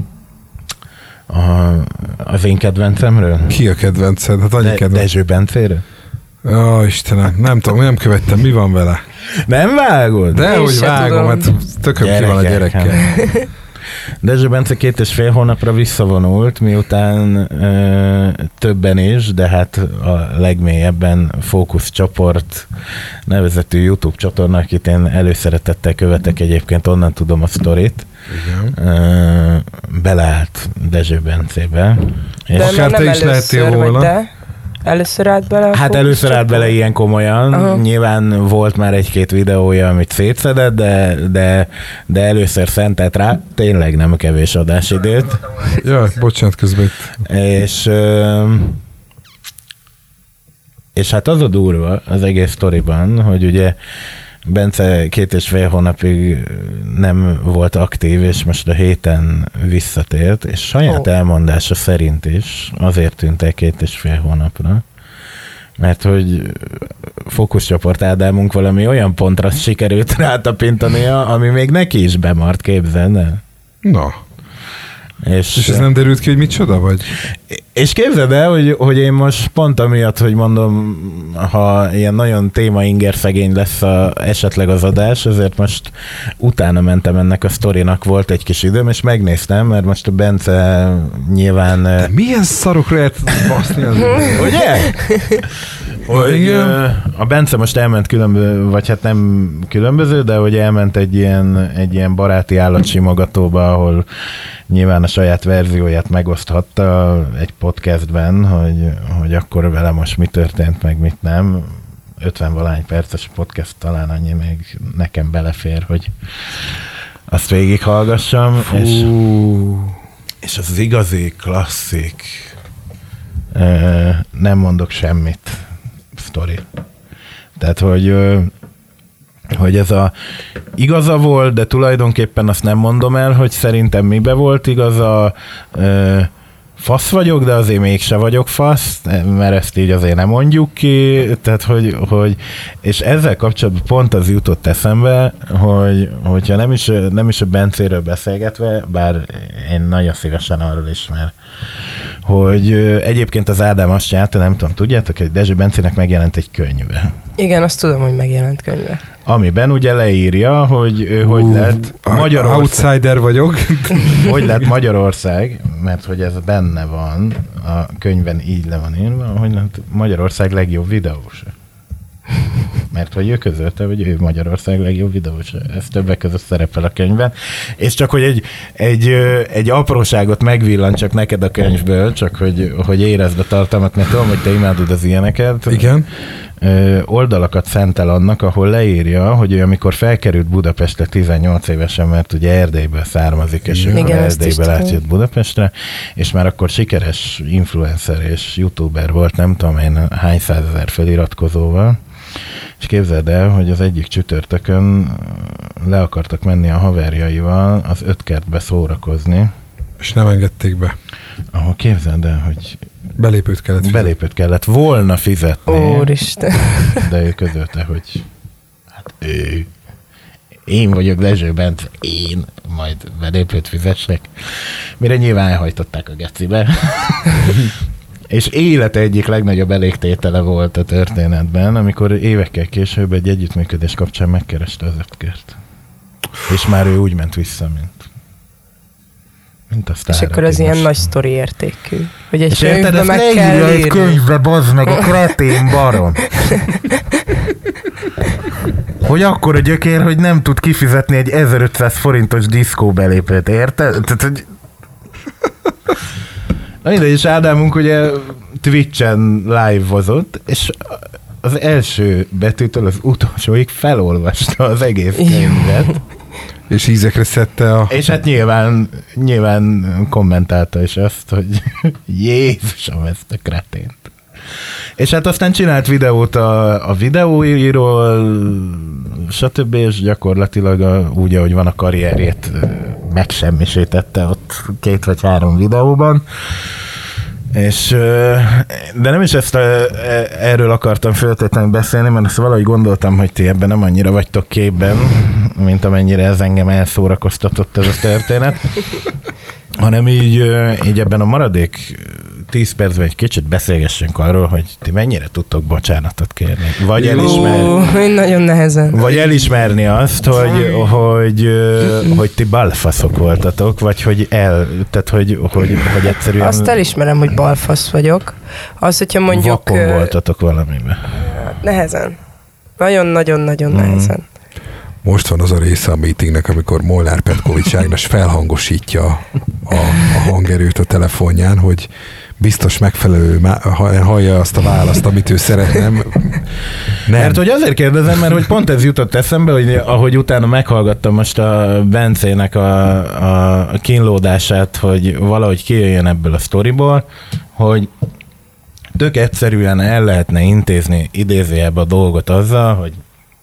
a, az én kedvencemről. Ki a kedvenced? Hát annyi De, kedvenc. Dezső Bencéről? Ó, Istenem, nem tudom, nem követtem, mi van vele? Nem vágod? De hogy vágom, tudom. Hát tököm ki van a gyerekkel. Dezső Bence két és fél hónapra visszavonult, miután ö, többen is, de hát a legmélyebben Fókusz Csoport nevezetű YouTube csatorna, akit én előszeretettel követek, egyébként onnan tudom a sztorit. Igen. Ö, beleállt Dezső Bencébe. De akár te is lehettél volna. De először állt bele? Hát először állt bele ilyen komolyan. Aha. Nyilván volt már egy-két videója, amit szétszedett, de, de, de először szentelt rá tényleg nem kevés adásidőt. Jaj, bocsánat, közben. És, és hát az a durva az egész sztoriban, hogy ugye Bence két és fél hónapig nem volt aktív, és most a héten visszatért, és saját oh. elmondása szerint is azért tűnt el két és fél hónapra, mert hogy Fókuszcsoport Ádámunk valami olyan pontra sikerült rátapintania, ami még neki is bemart, képzeld el. Na. És, és ez nem derült ki, hogy micsoda vagy? És képzeld el, hogy, hogy én most pont amiatt, hogy mondom, ha ilyen nagyon témainger szegény lesz a, esetleg az adás, ezért most utána mentem ennek a sztorinak, volt egy kis időm, és megnéztem, mert most a Bence nyilván... De milyen szarokra lehet baszni az? Ugye? Hogy a Bence most elment különböző, vagy hát nem különböző, de hogy elment egy ilyen, egy ilyen baráti állatsimogatóba, ahol nyilván a saját verzióját megoszthatta egy podcastben, hogy, hogy akkor vele most mi történt, meg mit nem. ötven-valány perces podcast, talán annyi még nekem belefér, hogy azt végighallgassam. És, és az igazi klasszik, nem mondok semmit sztori. Tehát, hogy, hogy ez a igaza volt, de tulajdonképpen azt nem mondom el, hogy szerintem mibe volt igaza. Fasz vagyok, de azért mégse vagyok fasz, mert ezt így azért nem mondjuk ki, tehát hogy, hogy és ezzel kapcsolatban pont az jutott eszembe, hogy, hogyha nem is, nem is a Bencéről beszélgetve, bár én nagyon szívesen arról is, mert hogy egyébként az Ádám azt csinálta, nem tudom, tudjátok, hogy Dezső Bencének megjelent egy könyve. Igen, azt tudom, hogy megjelent könyve. Amiben ugye leírja, hogy ő uh, hogy lett Magyarország. Outsider vagyok. Hogy lett Magyarország, mert hogy ez benne van, a könyvben így le van írva, hogy lett Magyarország legjobb videósa. Mert hogy ő közölte, hogy ő Magyarország legjobb videósa. Ez többek között szerepel a könyvben. És csak, hogy egy, egy, egy apróságot megvillancsak neked a könyvből, csak hogy, hogy érezd a tartalmat, mert tudom, hogy te imádod az ilyeneket. Igen. Oldalakat szentel annak, ahol leírja, hogy ő amikor felkerült Budapestre tizennyolc évesen, mert ugye Erdélyből származik, és igen, akkor Erdélyből átjött Budapestre, és már akkor sikeres influencer és youtuber volt, nem tudom én hány százezer feliratkozóval, és képzeld el, hogy az egyik csütörtökön le akartak menni a haverjaival az Ötkertbe szórakozni. És nem engedték be. Ahol képzeld el, hogy belépőt kellett fizetni. Belépőt kellett volna fizetni. Úristen. De ő közölte, hogy hát ő, én vagyok Dezső Bence, én majd belépőt fizessek. Mire nyilván elhajtották a gecibe. És élete egyik legnagyobb elégtétele volt a történetben, amikor évekkel később egy együttműködés kapcsán megkereste az Ötkert. És már ő úgy ment vissza, mint mint a sztár. És akkor az ilyen nagy sztori értékű. Hogy egy és könyvbe meg kell írni. Egy könyvbe, bazd meg, a kretén barom. Hogy akkor a gyökér, hogy nem tud kifizetni egy ezerötszáz forintos diszkó belépőt, érted? Tehát, hogy... Na, és Ádámunk ugye Twitch-en live-ozott, és az első betűtől az utolsóig felolvasta az egész könyvet. És ízekre szedte a... És hát nyilván, nyilván kommentálta is azt, hogy Jézusom, ezt a kretént. És hát aztán csinált videót a, a videóiról, stb. És gyakorlatilag a, úgy, ahogy van a karrierjét, megsemmisítette ott két vagy három videóban. És, de nem is ezt a, erről akartam feltétlenül beszélni, mert azt valahogy gondoltam, hogy ti ebben nem annyira vagytok képben, mint amennyire ez engem elszórakoztatott ez a történet, hanem így, így ebben a maradék tíz percben egy kicsit beszélgessünk arról, hogy ti mennyire tudtok bocsánatot kérni. Vagy elismerni. Ó, nagyon nehezen. Vagy elismerni azt, hogy, hogy, hogy ti balfaszok voltatok, vagy hogy el, tehát hogy, hogy, hogy egyszerűen... Azt elismerem, hogy balfasz vagyok. Az, hogyha mondjuk... Vakon voltatok valamiben. Nehezen. Nagyon-nagyon-nagyon hmm. nehezen. Most van az a része a meetingnek, amikor Molnár Petkovics Ágnes felhangosítja a, a hangerőt a telefonján, hogy biztos megfelelő, hallja azt a választ, amit ő szeretne. Nem. Mert hogy azért kérdezem, mert hogy pont ez jutott eszembe, hogy ahogy utána meghallgattam most a Bencének a, a kínlódását, hogy valahogy kijöjjön ebből a sztoriból, hogy tök egyszerűen el lehetne intézni idézőjelbe a dolgot azzal, hogy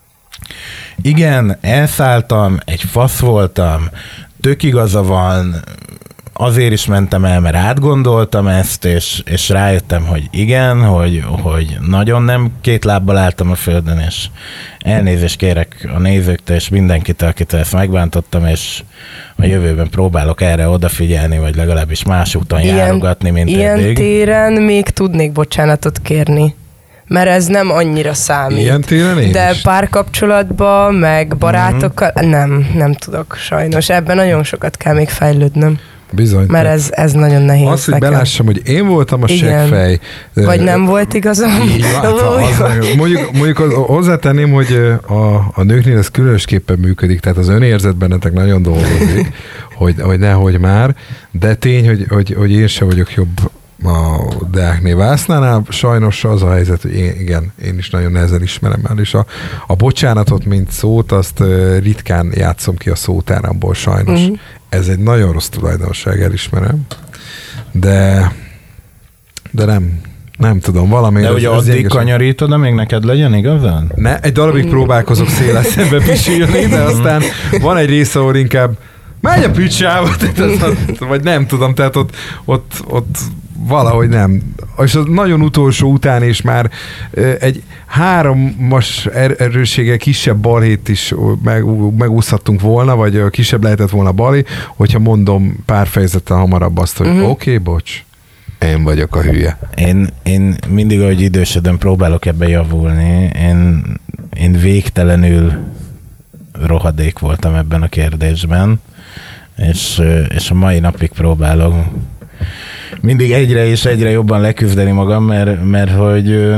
igen, elszálltam, egy fasz voltam, tök igaza van, azért is mentem el, mert átgondoltam ezt, és, és rájöttem, hogy igen, hogy, hogy nagyon nem két lábbal álltam a földön, és elnézést kérek a nézőktől, és mindenkitől, akitől ezt megbántottam, és a jövőben próbálok erre odafigyelni, vagy legalábbis más úton ilyen, járogatni, mint ilyen eddig. Ilyen téren még tudnék bocsánatot kérni. Mert ez nem annyira számít. Ilyen téren én De is. párkapcsolatban, meg barátokkal, mm-hmm. nem, nem tudok sajnos. Ebben nagyon sokat kell még fejlődnöm. Bizony. Mert ez, ez nagyon nehéz. Az, hogy nekem. belássam, hogy én voltam a seggfej. Vagy nem volt igazam. mondjuk, mondjuk hozzátenném, hogy a, a nőknél ez különösképpen működik, tehát az önérzet bennetek nagyon dolgozik, hogy, hogy nehogy már, de tény, hogy, hogy, hogy én sem vagyok jobb a Deákné Vásznánál. Sajnos az a helyzet, hogy én, igen, én is nagyon nehezen ismerem el, és a, a bocsánatot, mint szót, azt ritkán játszom ki a szótáramból, sajnos. Mm. Ez egy nagyon rossz tulajdonság, elismerem. De, de nem, nem tudom, valami... De ugye addig kanyarítod, amíg neked legyen igazán? Ne, egy darabig próbálkozok széles szembe pisilni, de aztán van egy része, ahol inkább megy a picsába, vagy nem tudom, tehát ott, ott, ott valahogy nem. És az nagyon utolsó után is már egy hárommas erősséggel kisebb balhét is meg, megúszhattunk volna, vagy kisebb lehetett volna balhé, hogyha mondom pár fejezettel hamarabb azt, hogy uh-huh. oké, okay, bocs, én vagyok a hülye. Én, én mindig, ahogy idősödöm, próbálok ebbe javulni. Én, én végtelenül rohadék voltam ebben a kérdésben, és, és a mai napig próbálok mindig egyre és egyre jobban leküzdeni magam, mert, mert hogy,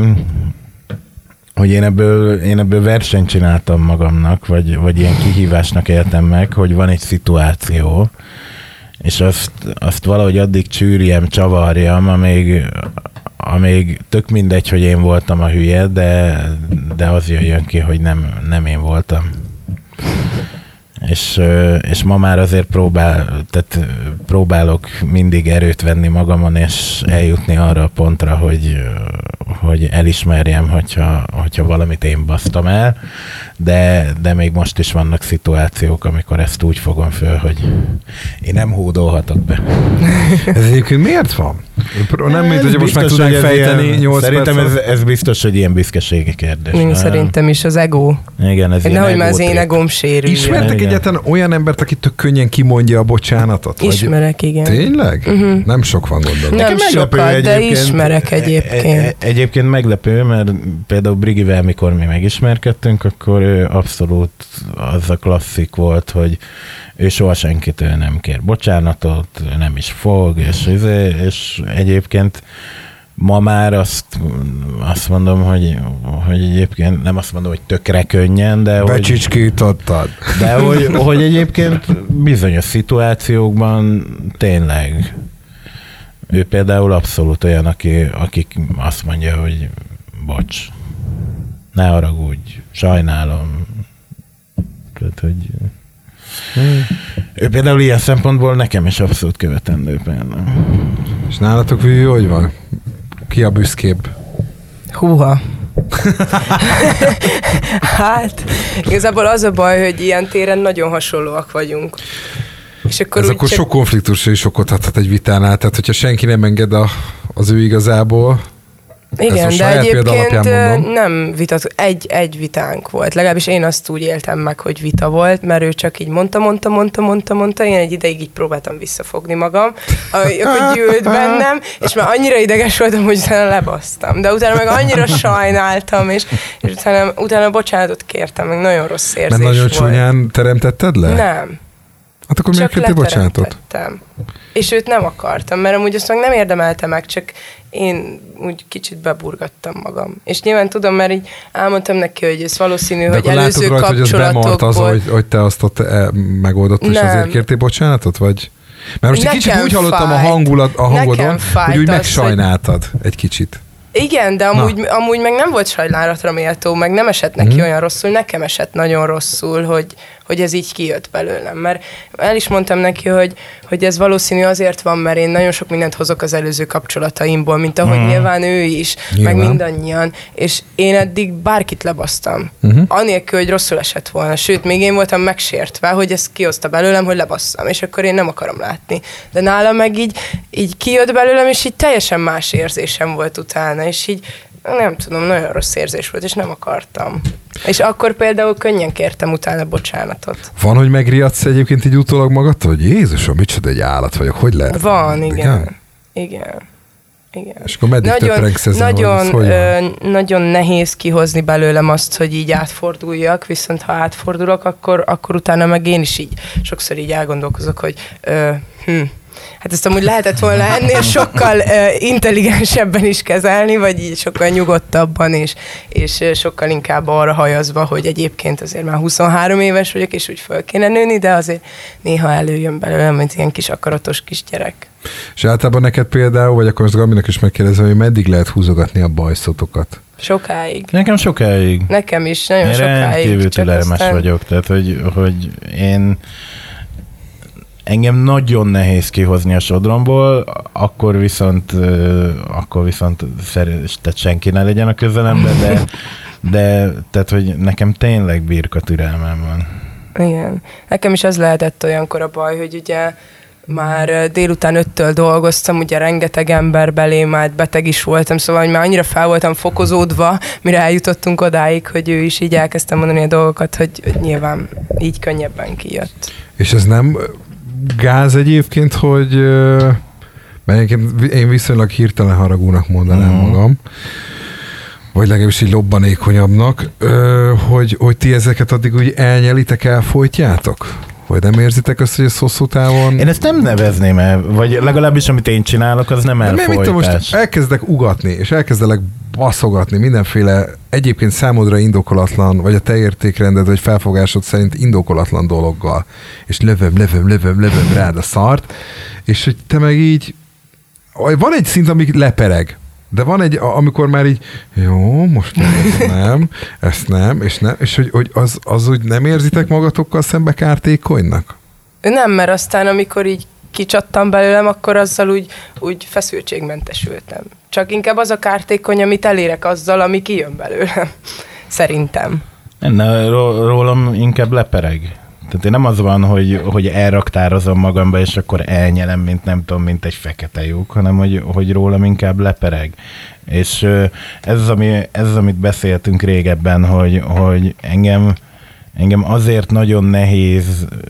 hogy én, ebből, én ebből versenyt csináltam magamnak, vagy, vagy ilyen kihívásnak éltem meg, hogy van egy szituáció, és azt, azt valahogy addig csűrjem, csavarjam, amíg, amíg tök mindegy, hogy én voltam a hülye, de, de az jöjjön ki, hogy nem, nem én voltam. És, és ma már azért próbál, tehát próbálok mindig erőt venni magamon, és eljutni arra a pontra, hogy, hogy elismerjem, hogyha, hogyha valamit én basztam el, de, de még most is vannak szituációk, amikor ezt úgy fogom föl, hogy én nem hódolhatok be. Ez egyébként miért van? Nem, mint hogy most meg tudnánk fejteni nyolc Szerintem ez, ez biztos, hogy ilyen büszkeségi kérdés. Én szerintem is az ego. Igen, ez ilyen nehogy már az én egóm sérüljön. Ismertek igen. egyáltalán olyan embert, aki tök könnyen kimondja a bocsánatot? Ismerek, vagy... igen. Tényleg? Uh-huh. Nem sok van, gondolom. Nem sokat, de ismerek egyébként. Egyébként meglepő, mert például Brigivel, mikor mi megismerkedtünk, akkor ő abszolút az a klasszik volt, hogy ő soha senkitől nem kér bocsánatot, nem is fog, és, és egyébként ma már azt, azt mondom, hogy, hogy egyébként nem azt mondom, hogy tökre könnyen, de becsicskítottad. De hogy, hogy egyébként bizonyos szituációkban tényleg ő például abszolút olyan, aki, aki azt mondja, hogy bocs, ne haragudj, sajnálom. Tehát, hogy Hmm. Ő például ilyen szempontból nekem is abszolút követendő például. És nálatok Vivi, hogy van? Ki a büszkébb? Húha. Hát, igazából az a baj, hogy ilyen téren nagyon hasonlóak vagyunk. És akkor Ez akkor csak... sok konfliktusra is okothat egy vitánál, tehát hogyha senki nem enged a, az ő igazából, Igen, de egyébként nem vitat, egy, egy vitánk volt. Legalábbis én azt úgy éltem meg, hogy vita volt, mert ő csak így mondta, mondta, mondta, mondta, mondta. Én egy ideig így próbáltam visszafogni magam, hogy gyűlt bennem, és már annyira ideges voltam, hogy utána lebasztam. De utána meg annyira sajnáltam, és, és utána, utána bocsánatot kértem, meg nagyon rossz érzés mert nagyon volt. csúnyán teremtetted le? Nem. Hát akkor miért kértél bocsánatot? És őt nem akartam, mert amúgy azt meg nem érdemelte meg, csak én úgy kicsit beburgattam magam. És nyilván tudom, mert így elmondtam neki, hogy ez valószínű, de hogy előző rajta, kapcsolatokból... Az, hogy, hogy te azt ott megoldott, és nem. Azért kértél bocsánatot, vagy? Mert most egy kicsit úgy hallottam fájt. a, hangulat, a hangodon, hogy úgy megsajnáltad hogy... egy kicsit. Igen, de amúgy, amúgy meg nem volt sajnálatra méltó, meg nem esett neki mm. olyan rosszul, nekem esett nagyon rosszul, hogy, hogy ez így kijött belőlem. Mert el is mondtam neki, hogy, hogy ez valószínű azért van, mert én nagyon sok mindent hozok az előző kapcsolataimból, mint ahogy mm. nyilván ő is, nyilván. meg mindannyian. És én eddig bárkit lebasztam. Mm-hmm. Anélkül, hogy rosszul esett volna. Sőt, még én voltam megsértve, hogy ezt kihozta belőlem, hogy lebasszam, és akkor én nem akarom látni. De nála meg így, így kijött belőlem, és így teljesen más érzésem volt utána. És így nem tudom, nagyon rossz érzés volt, és nem akartam. És akkor például könnyen kértem utána bocsánatot. Van, hogy megriadsz egyébként így utólag magadtól, hogy Jézusom, micsoda egy állat vagyok, hogy lehet? Van, igen. Igen. igen. igen. És akkor meddig nagyon, töprengsz nagyon, ö, nagyon nehéz kihozni belőlem azt, hogy így átforduljak, viszont ha átfordulok, akkor, akkor utána meg én is így sokszor így elgondolkozok, hogy ö, hm, hát ezt amúgy lehetett volna ennél sokkal uh, intelligensebben is kezelni, vagy így sokkal nyugodtabban, és, és uh, sokkal inkább arra hajazva, hogy egyébként azért már huszonhárom éves vagyok, és úgy föl kéne nőni, de azért néha előjön belőlem, mint ilyen kis akaratos kisgyerek. És általában neked például, vagy akkor most Gabinak is megkérdezem, hogy meddig lehet húzogatni a bajszotokat? Sokáig. Nekem sokáig. Nekem is, nagyon én sokáig. Én rendkívül türelmes aztán... vagyok, tehát hogy, hogy én... Engem nagyon nehéz kihozni a sodromból, akkor viszont, akkor viszont tehát senki ne legyen a közelemben, de, de tehát, hogy nekem tényleg birka türelmem van. Igen. Nekem is ez lehetett olyankor a baj, hogy ugye már délután öttől dolgoztam, ugye rengeteg ember belém állt, beteg is voltam, szóval hogy már annyira fel voltam fokozódva, mire eljutottunk odáig, hogy ő is így elkezdtem mondani a dolgokat, hogy, hogy nyilván így könnyebben kijött. És ez nem gáz egyébként, hogy mert én viszonylag hirtelen haragúnak mondanám mm. magam, vagy legalábbis így lobbanékonyabbnak, hogy, hogy ti ezeket addig úgy elnyelitek, elfolytjátok? Vagy nem érzitek azt, hogy ez hosszú távon... Én ezt nem nevezném el, vagy legalábbis amit én csinálok, az nem elfolytás. Nem, most elkezdek ugatni, és elkezdelek baszogatni mindenféle egyébként számodra indokolatlan, vagy a te értékrended, vagy felfogásod szerint indokolatlan dologgal. És lövöm, lövöm, lövöm, lövöm rád a szart, és hogy te meg így... Van egy szint, amik lepereg. De van egy, amikor már így, jó, most ezt nem, ezt nem, és nem, és hogy, hogy az, az úgy nem érzitek magatokkal szembe kártékonynak? Nem, mert aztán amikor így kicsattam belőlem, akkor azzal úgy, úgy feszültségmentesültem. Csak inkább az a kártékony, amit elérek azzal, ami kijön belőlem. Szerintem. Nem, rólam inkább lepereg. Tehát én nem az van, hogy, hogy elraktározom magamba, és akkor elnyelem, mint nem tudom, mint egy fekete lyuk, hanem hogy, hogy rólam inkább lepereg. És ez az, ami, ez az, amit beszéltünk régebben, hogy, hogy engem, engem azért nagyon nehéz,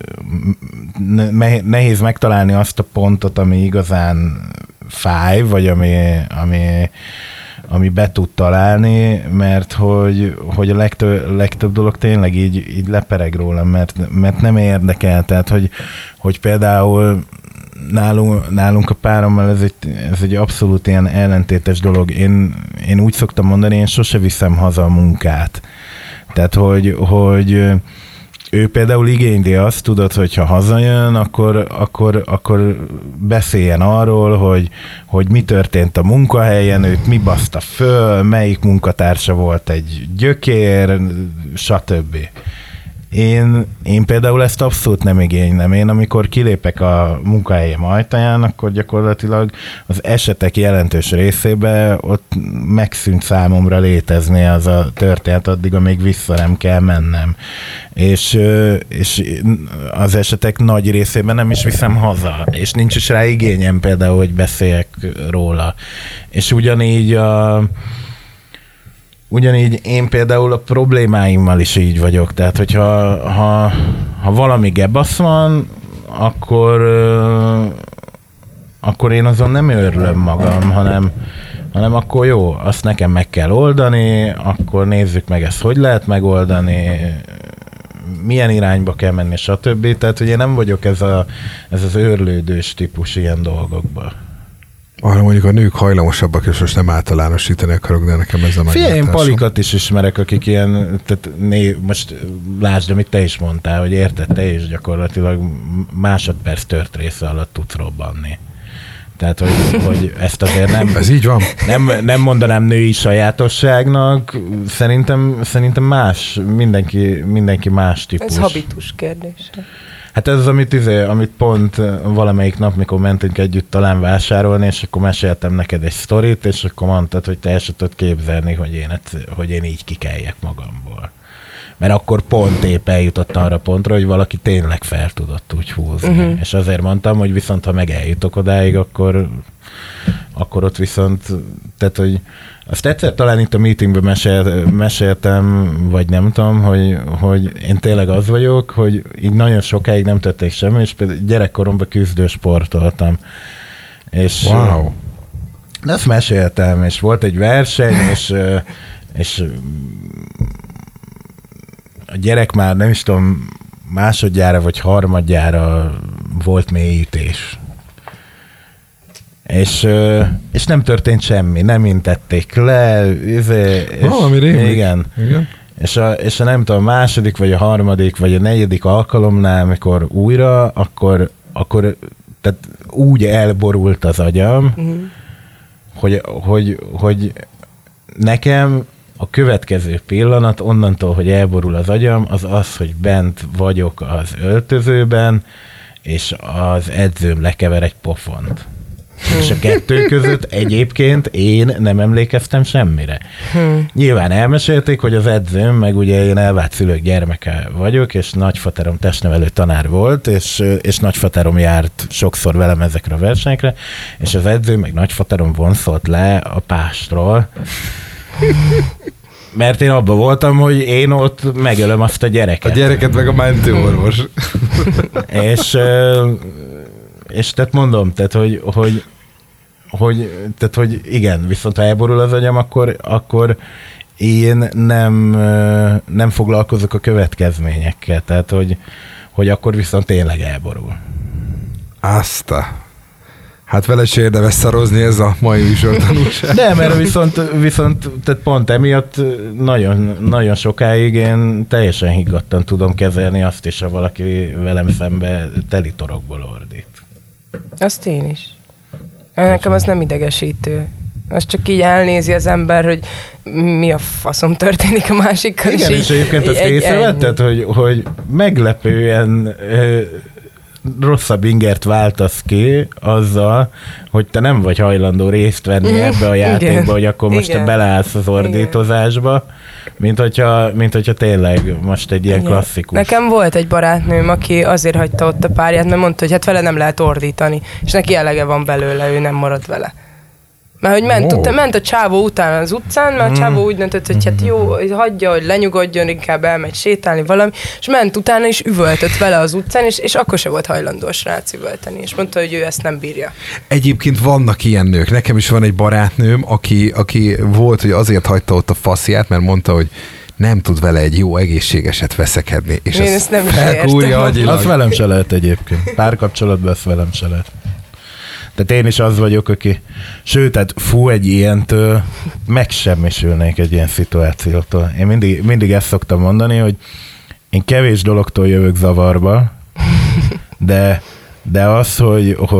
nehéz megtalálni azt a pontot, ami igazán fáj, vagy ami, ami ami be tud találni, mert hogy, hogy a legtöbb, legtöbb dolog tényleg így, így lepereg rólam, mert, mert nem érdekel. Tehát, hogy, hogy például nálunk, nálunk a párommal ez egy, ez egy abszolút ilyen ellentétes dolog. Én, én úgy szoktam mondani, én sose viszem haza a munkát. Tehát, hogy, hogy ő például igényli azt, tudod, hogy ha hazajön, akkor, akkor, akkor beszéljen arról, hogy, hogy mi történt a munkahelyen, őt mi baszta föl, melyik munkatársa volt egy gyökér, stb. Én, én például ezt abszolút nem igénylem. Én amikor kilépek a munkahelyem ajtaján, akkor gyakorlatilag az esetek jelentős részében ott megszűnt számomra létezni az a történet addig, amíg vissza nem kell mennem. És, és az esetek nagy részében nem is viszem haza, és nincs is rá igényem például, hogy beszéljek róla. És ugyanígy a Ugyanígy én például a problémáimmal is így vagyok. Tehát, hogyha ha, ha valami gebasz van, akkor, akkor én azon nem őrlöm magam, hanem, hanem akkor jó, azt nekem meg kell oldani, akkor nézzük meg ezt, hogy lehet megoldani, milyen irányba kell menni, stb. Tehát, hogy én nem vagyok ez, a, ez az őrlődős típus ilyen dolgokban. Arra mondjuk a nők hajlamosabbak, és most nem általánosítani akarok, de nekem ez a meglátásom. Figyelj, én palikat is ismerek, akik ilyen, tehát né, most lásd, amit te is mondtál, hogy érted, te is gyakorlatilag másodperc tört része alatt tudsz robbanni. Tehát, hogy, hogy ezt azért nem... Ez így van. Nem, nem mondanám női sajátosságnak, szerintem, szerintem más, mindenki, mindenki más típus. Ez habitus kérdése. Hát ez az, amit, izé, amit pont valamelyik nap, mikor mentünk együtt talán vásárolni, és akkor meséltem neked egy sztorit, és akkor mondtad, hogy te el sem tudod képzelni, hogy én, hogy én így kikeljek magamból. Mert akkor pont épp eljutott arra pontra, hogy valaki tényleg fel tudott úgy húzni. Uh-huh. És azért mondtam, hogy viszont ha meg eljutok odáig, akkor, akkor ott viszont, tehát, hogy azt egyszer talán itt a meetingben mesél, meséltem, vagy nem tudom, hogy, hogy én tényleg az vagyok, hogy így nagyon sokáig nem tették semmi, és például gyerekkoromban küzdősportoltam. És wow. De azt meséltem, és volt egy verseny, és, és a gyerek már nem is tudom, másodjára vagy harmadjára volt mélyütés. És, és nem történt semmi, nem intették le, és, valami rémlik. Igen. Igen. És a, és a nem tudom, a második, vagy a harmadik, vagy a negyedik alkalomnál, amikor újra, akkor, akkor tehát úgy elborult az agyam, uh-huh. hogy, hogy, hogy nekem a következő pillanat onnantól, hogy elborul az agyam, az az, hogy bent vagyok az öltözőben, és az edzőm lekever egy pofont. És a kettő között egyébként én nem emlékeztem semmire. Hmm. Nyilván elmesélték, hogy az edzőm, meg ugye én elvált szülők gyermeke vagyok, és nagyfaterom testnevelő tanár volt, és, és nagyfaterom járt sokszor velem ezekre a versenyekre, és az edző, meg nagyfaterom vonszolt le a pástról, mert én abban voltam, hogy én ott megölöm azt a gyereket. A gyereket meg a mentőorvos. és, és tehát mondom, tehát, hogy, hogy, hogy, tehát, hogy igen, viszont ha elborul az agyam, akkor, akkor én nem, nem foglalkozok a következményekkel. Tehát, hogy, hogy akkor viszont tényleg elborul. Azt a... Hát vele se érdemes szarozni, ez a mai műsor tanulság. De, mert viszont, viszont tehát pont emiatt nagyon, nagyon sokáig én teljesen higgadtan tudom kezelni azt is, ha valaki velem szembe teli torokból ordít. Azt én is. Nekem az nem idegesítő. Az csak így elnézi az ember, hogy mi a faszom történik a másikkal. Igen, és, és egyébként azt észrevetted, hogy, hogy meglepően rosszabb ingert váltasz ki azzal, hogy te nem vagy hajlandó részt venni ebbe a játékba, igen, hogy akkor most igen, te beleállsz az ordítozásba, mint hogyha, mint hogyha tényleg most egy ilyen igen, klasszikus. Nekem volt egy barátnőm, aki azért hagyta ott a párját, mert mondta, hogy hát vele nem lehet ordítani, és neki elege van belőle, ő nem marad vele. Mert hogy ment, oh. ment a csávó után az utcán, mert a csávó úgy döntött, hogy hát jó, hagyja, hogy lenyugodjon, inkább elmegy sétálni valami, és ment utána, és üvöltött vele az utcán, és, és akkor se volt hajlandó a srác üvölteni, és mondta, hogy ő ezt nem bírja. Egyébként vannak ilyen nők. Nekem is van egy barátnőm, aki, aki volt, hogy azért hagyta ott a faszját, mert mondta, hogy nem tud vele egy jó egészségeset veszekedni. És én ezt nem is értem. Azt velem se lehet egyébként. Párkapcsolatban azt velem se lehet. Tehát én is az vagyok, aki, sőt, tehát fú, egy ilyentől megsemmisülnék egy ilyen szituációtól. Én mindig, mindig ezt szoktam mondani, hogy én kevés dologtól jövök zavarba, de, de az, hogy, hogy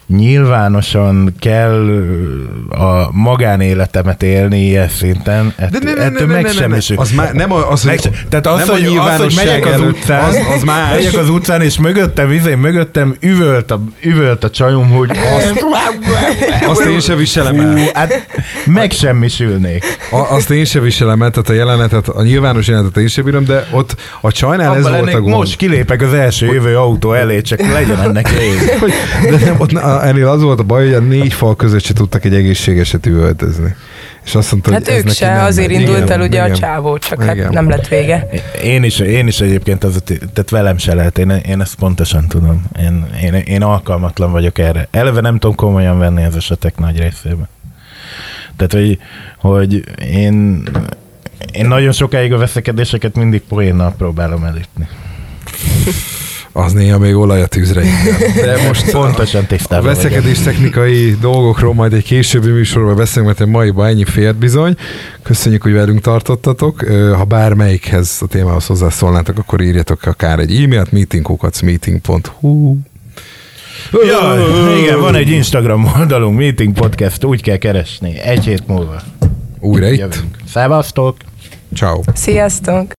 nyilvánosan kell a magánéletemet élni ilyen szinten, ett, de ne, ne, ettől ne, ne, megsemmisül. Az már nem az, meg, hogy, tehát az, nem hogy, az, hogy megyek az utcán, az, az más. megyek az utcán, és mögöttem, izé, mögöttem üvölt a, üvölt a csajom, hogy azt, azt én sem viselem el. Hú, hát megsemmisülnék. A, azt én sem viselem el, tehát a jelenetet, a nyilvános jelenetet én sem bírom, de ott a csajnál Abba ez volt lennék, a gond. most kilépek az első jövő autó elé, csak legyen ennek rég. De nem, ott ennél az volt a baj, hogy a négy fal között se tudtak egy egészségeset üvöltözni. És azt mondta, hát hogy ők ez se, neki nem azért megy. indult Igen, el ugye igen. a csávó, csak Igen. hát nem lett vége. Én is, én is egyébként, az, tehát velem se lehet, én, én ezt pontosan tudom. Én, én, én alkalmatlan vagyok erre. Eleve nem tudom komolyan venni az esetek nagy részében. Tehát, hogy, hogy én, én nagyon sokáig a veszekedéseket mindig poénnal próbálom elütni. Az néha még olaj a tűzre. De most pontosan A tisztában veszekedés technikai dolgokról majd egy későbbi műsorban beszélünk, mert a maiban ennyi fért bizony. Köszönjük, hogy velünk tartottatok. Ha bármelyikhez a témához hozzászólnátok, akkor írjatok akár egy e-mailt meeting kukac meeting pont hu. Ja, igen, van egy Instagram oldalunk, Meeting Podcast, úgy kell keresni. Egy hét múlva. Újra itt. Jövünk. Szevasztok! Ciao. Sziasztok!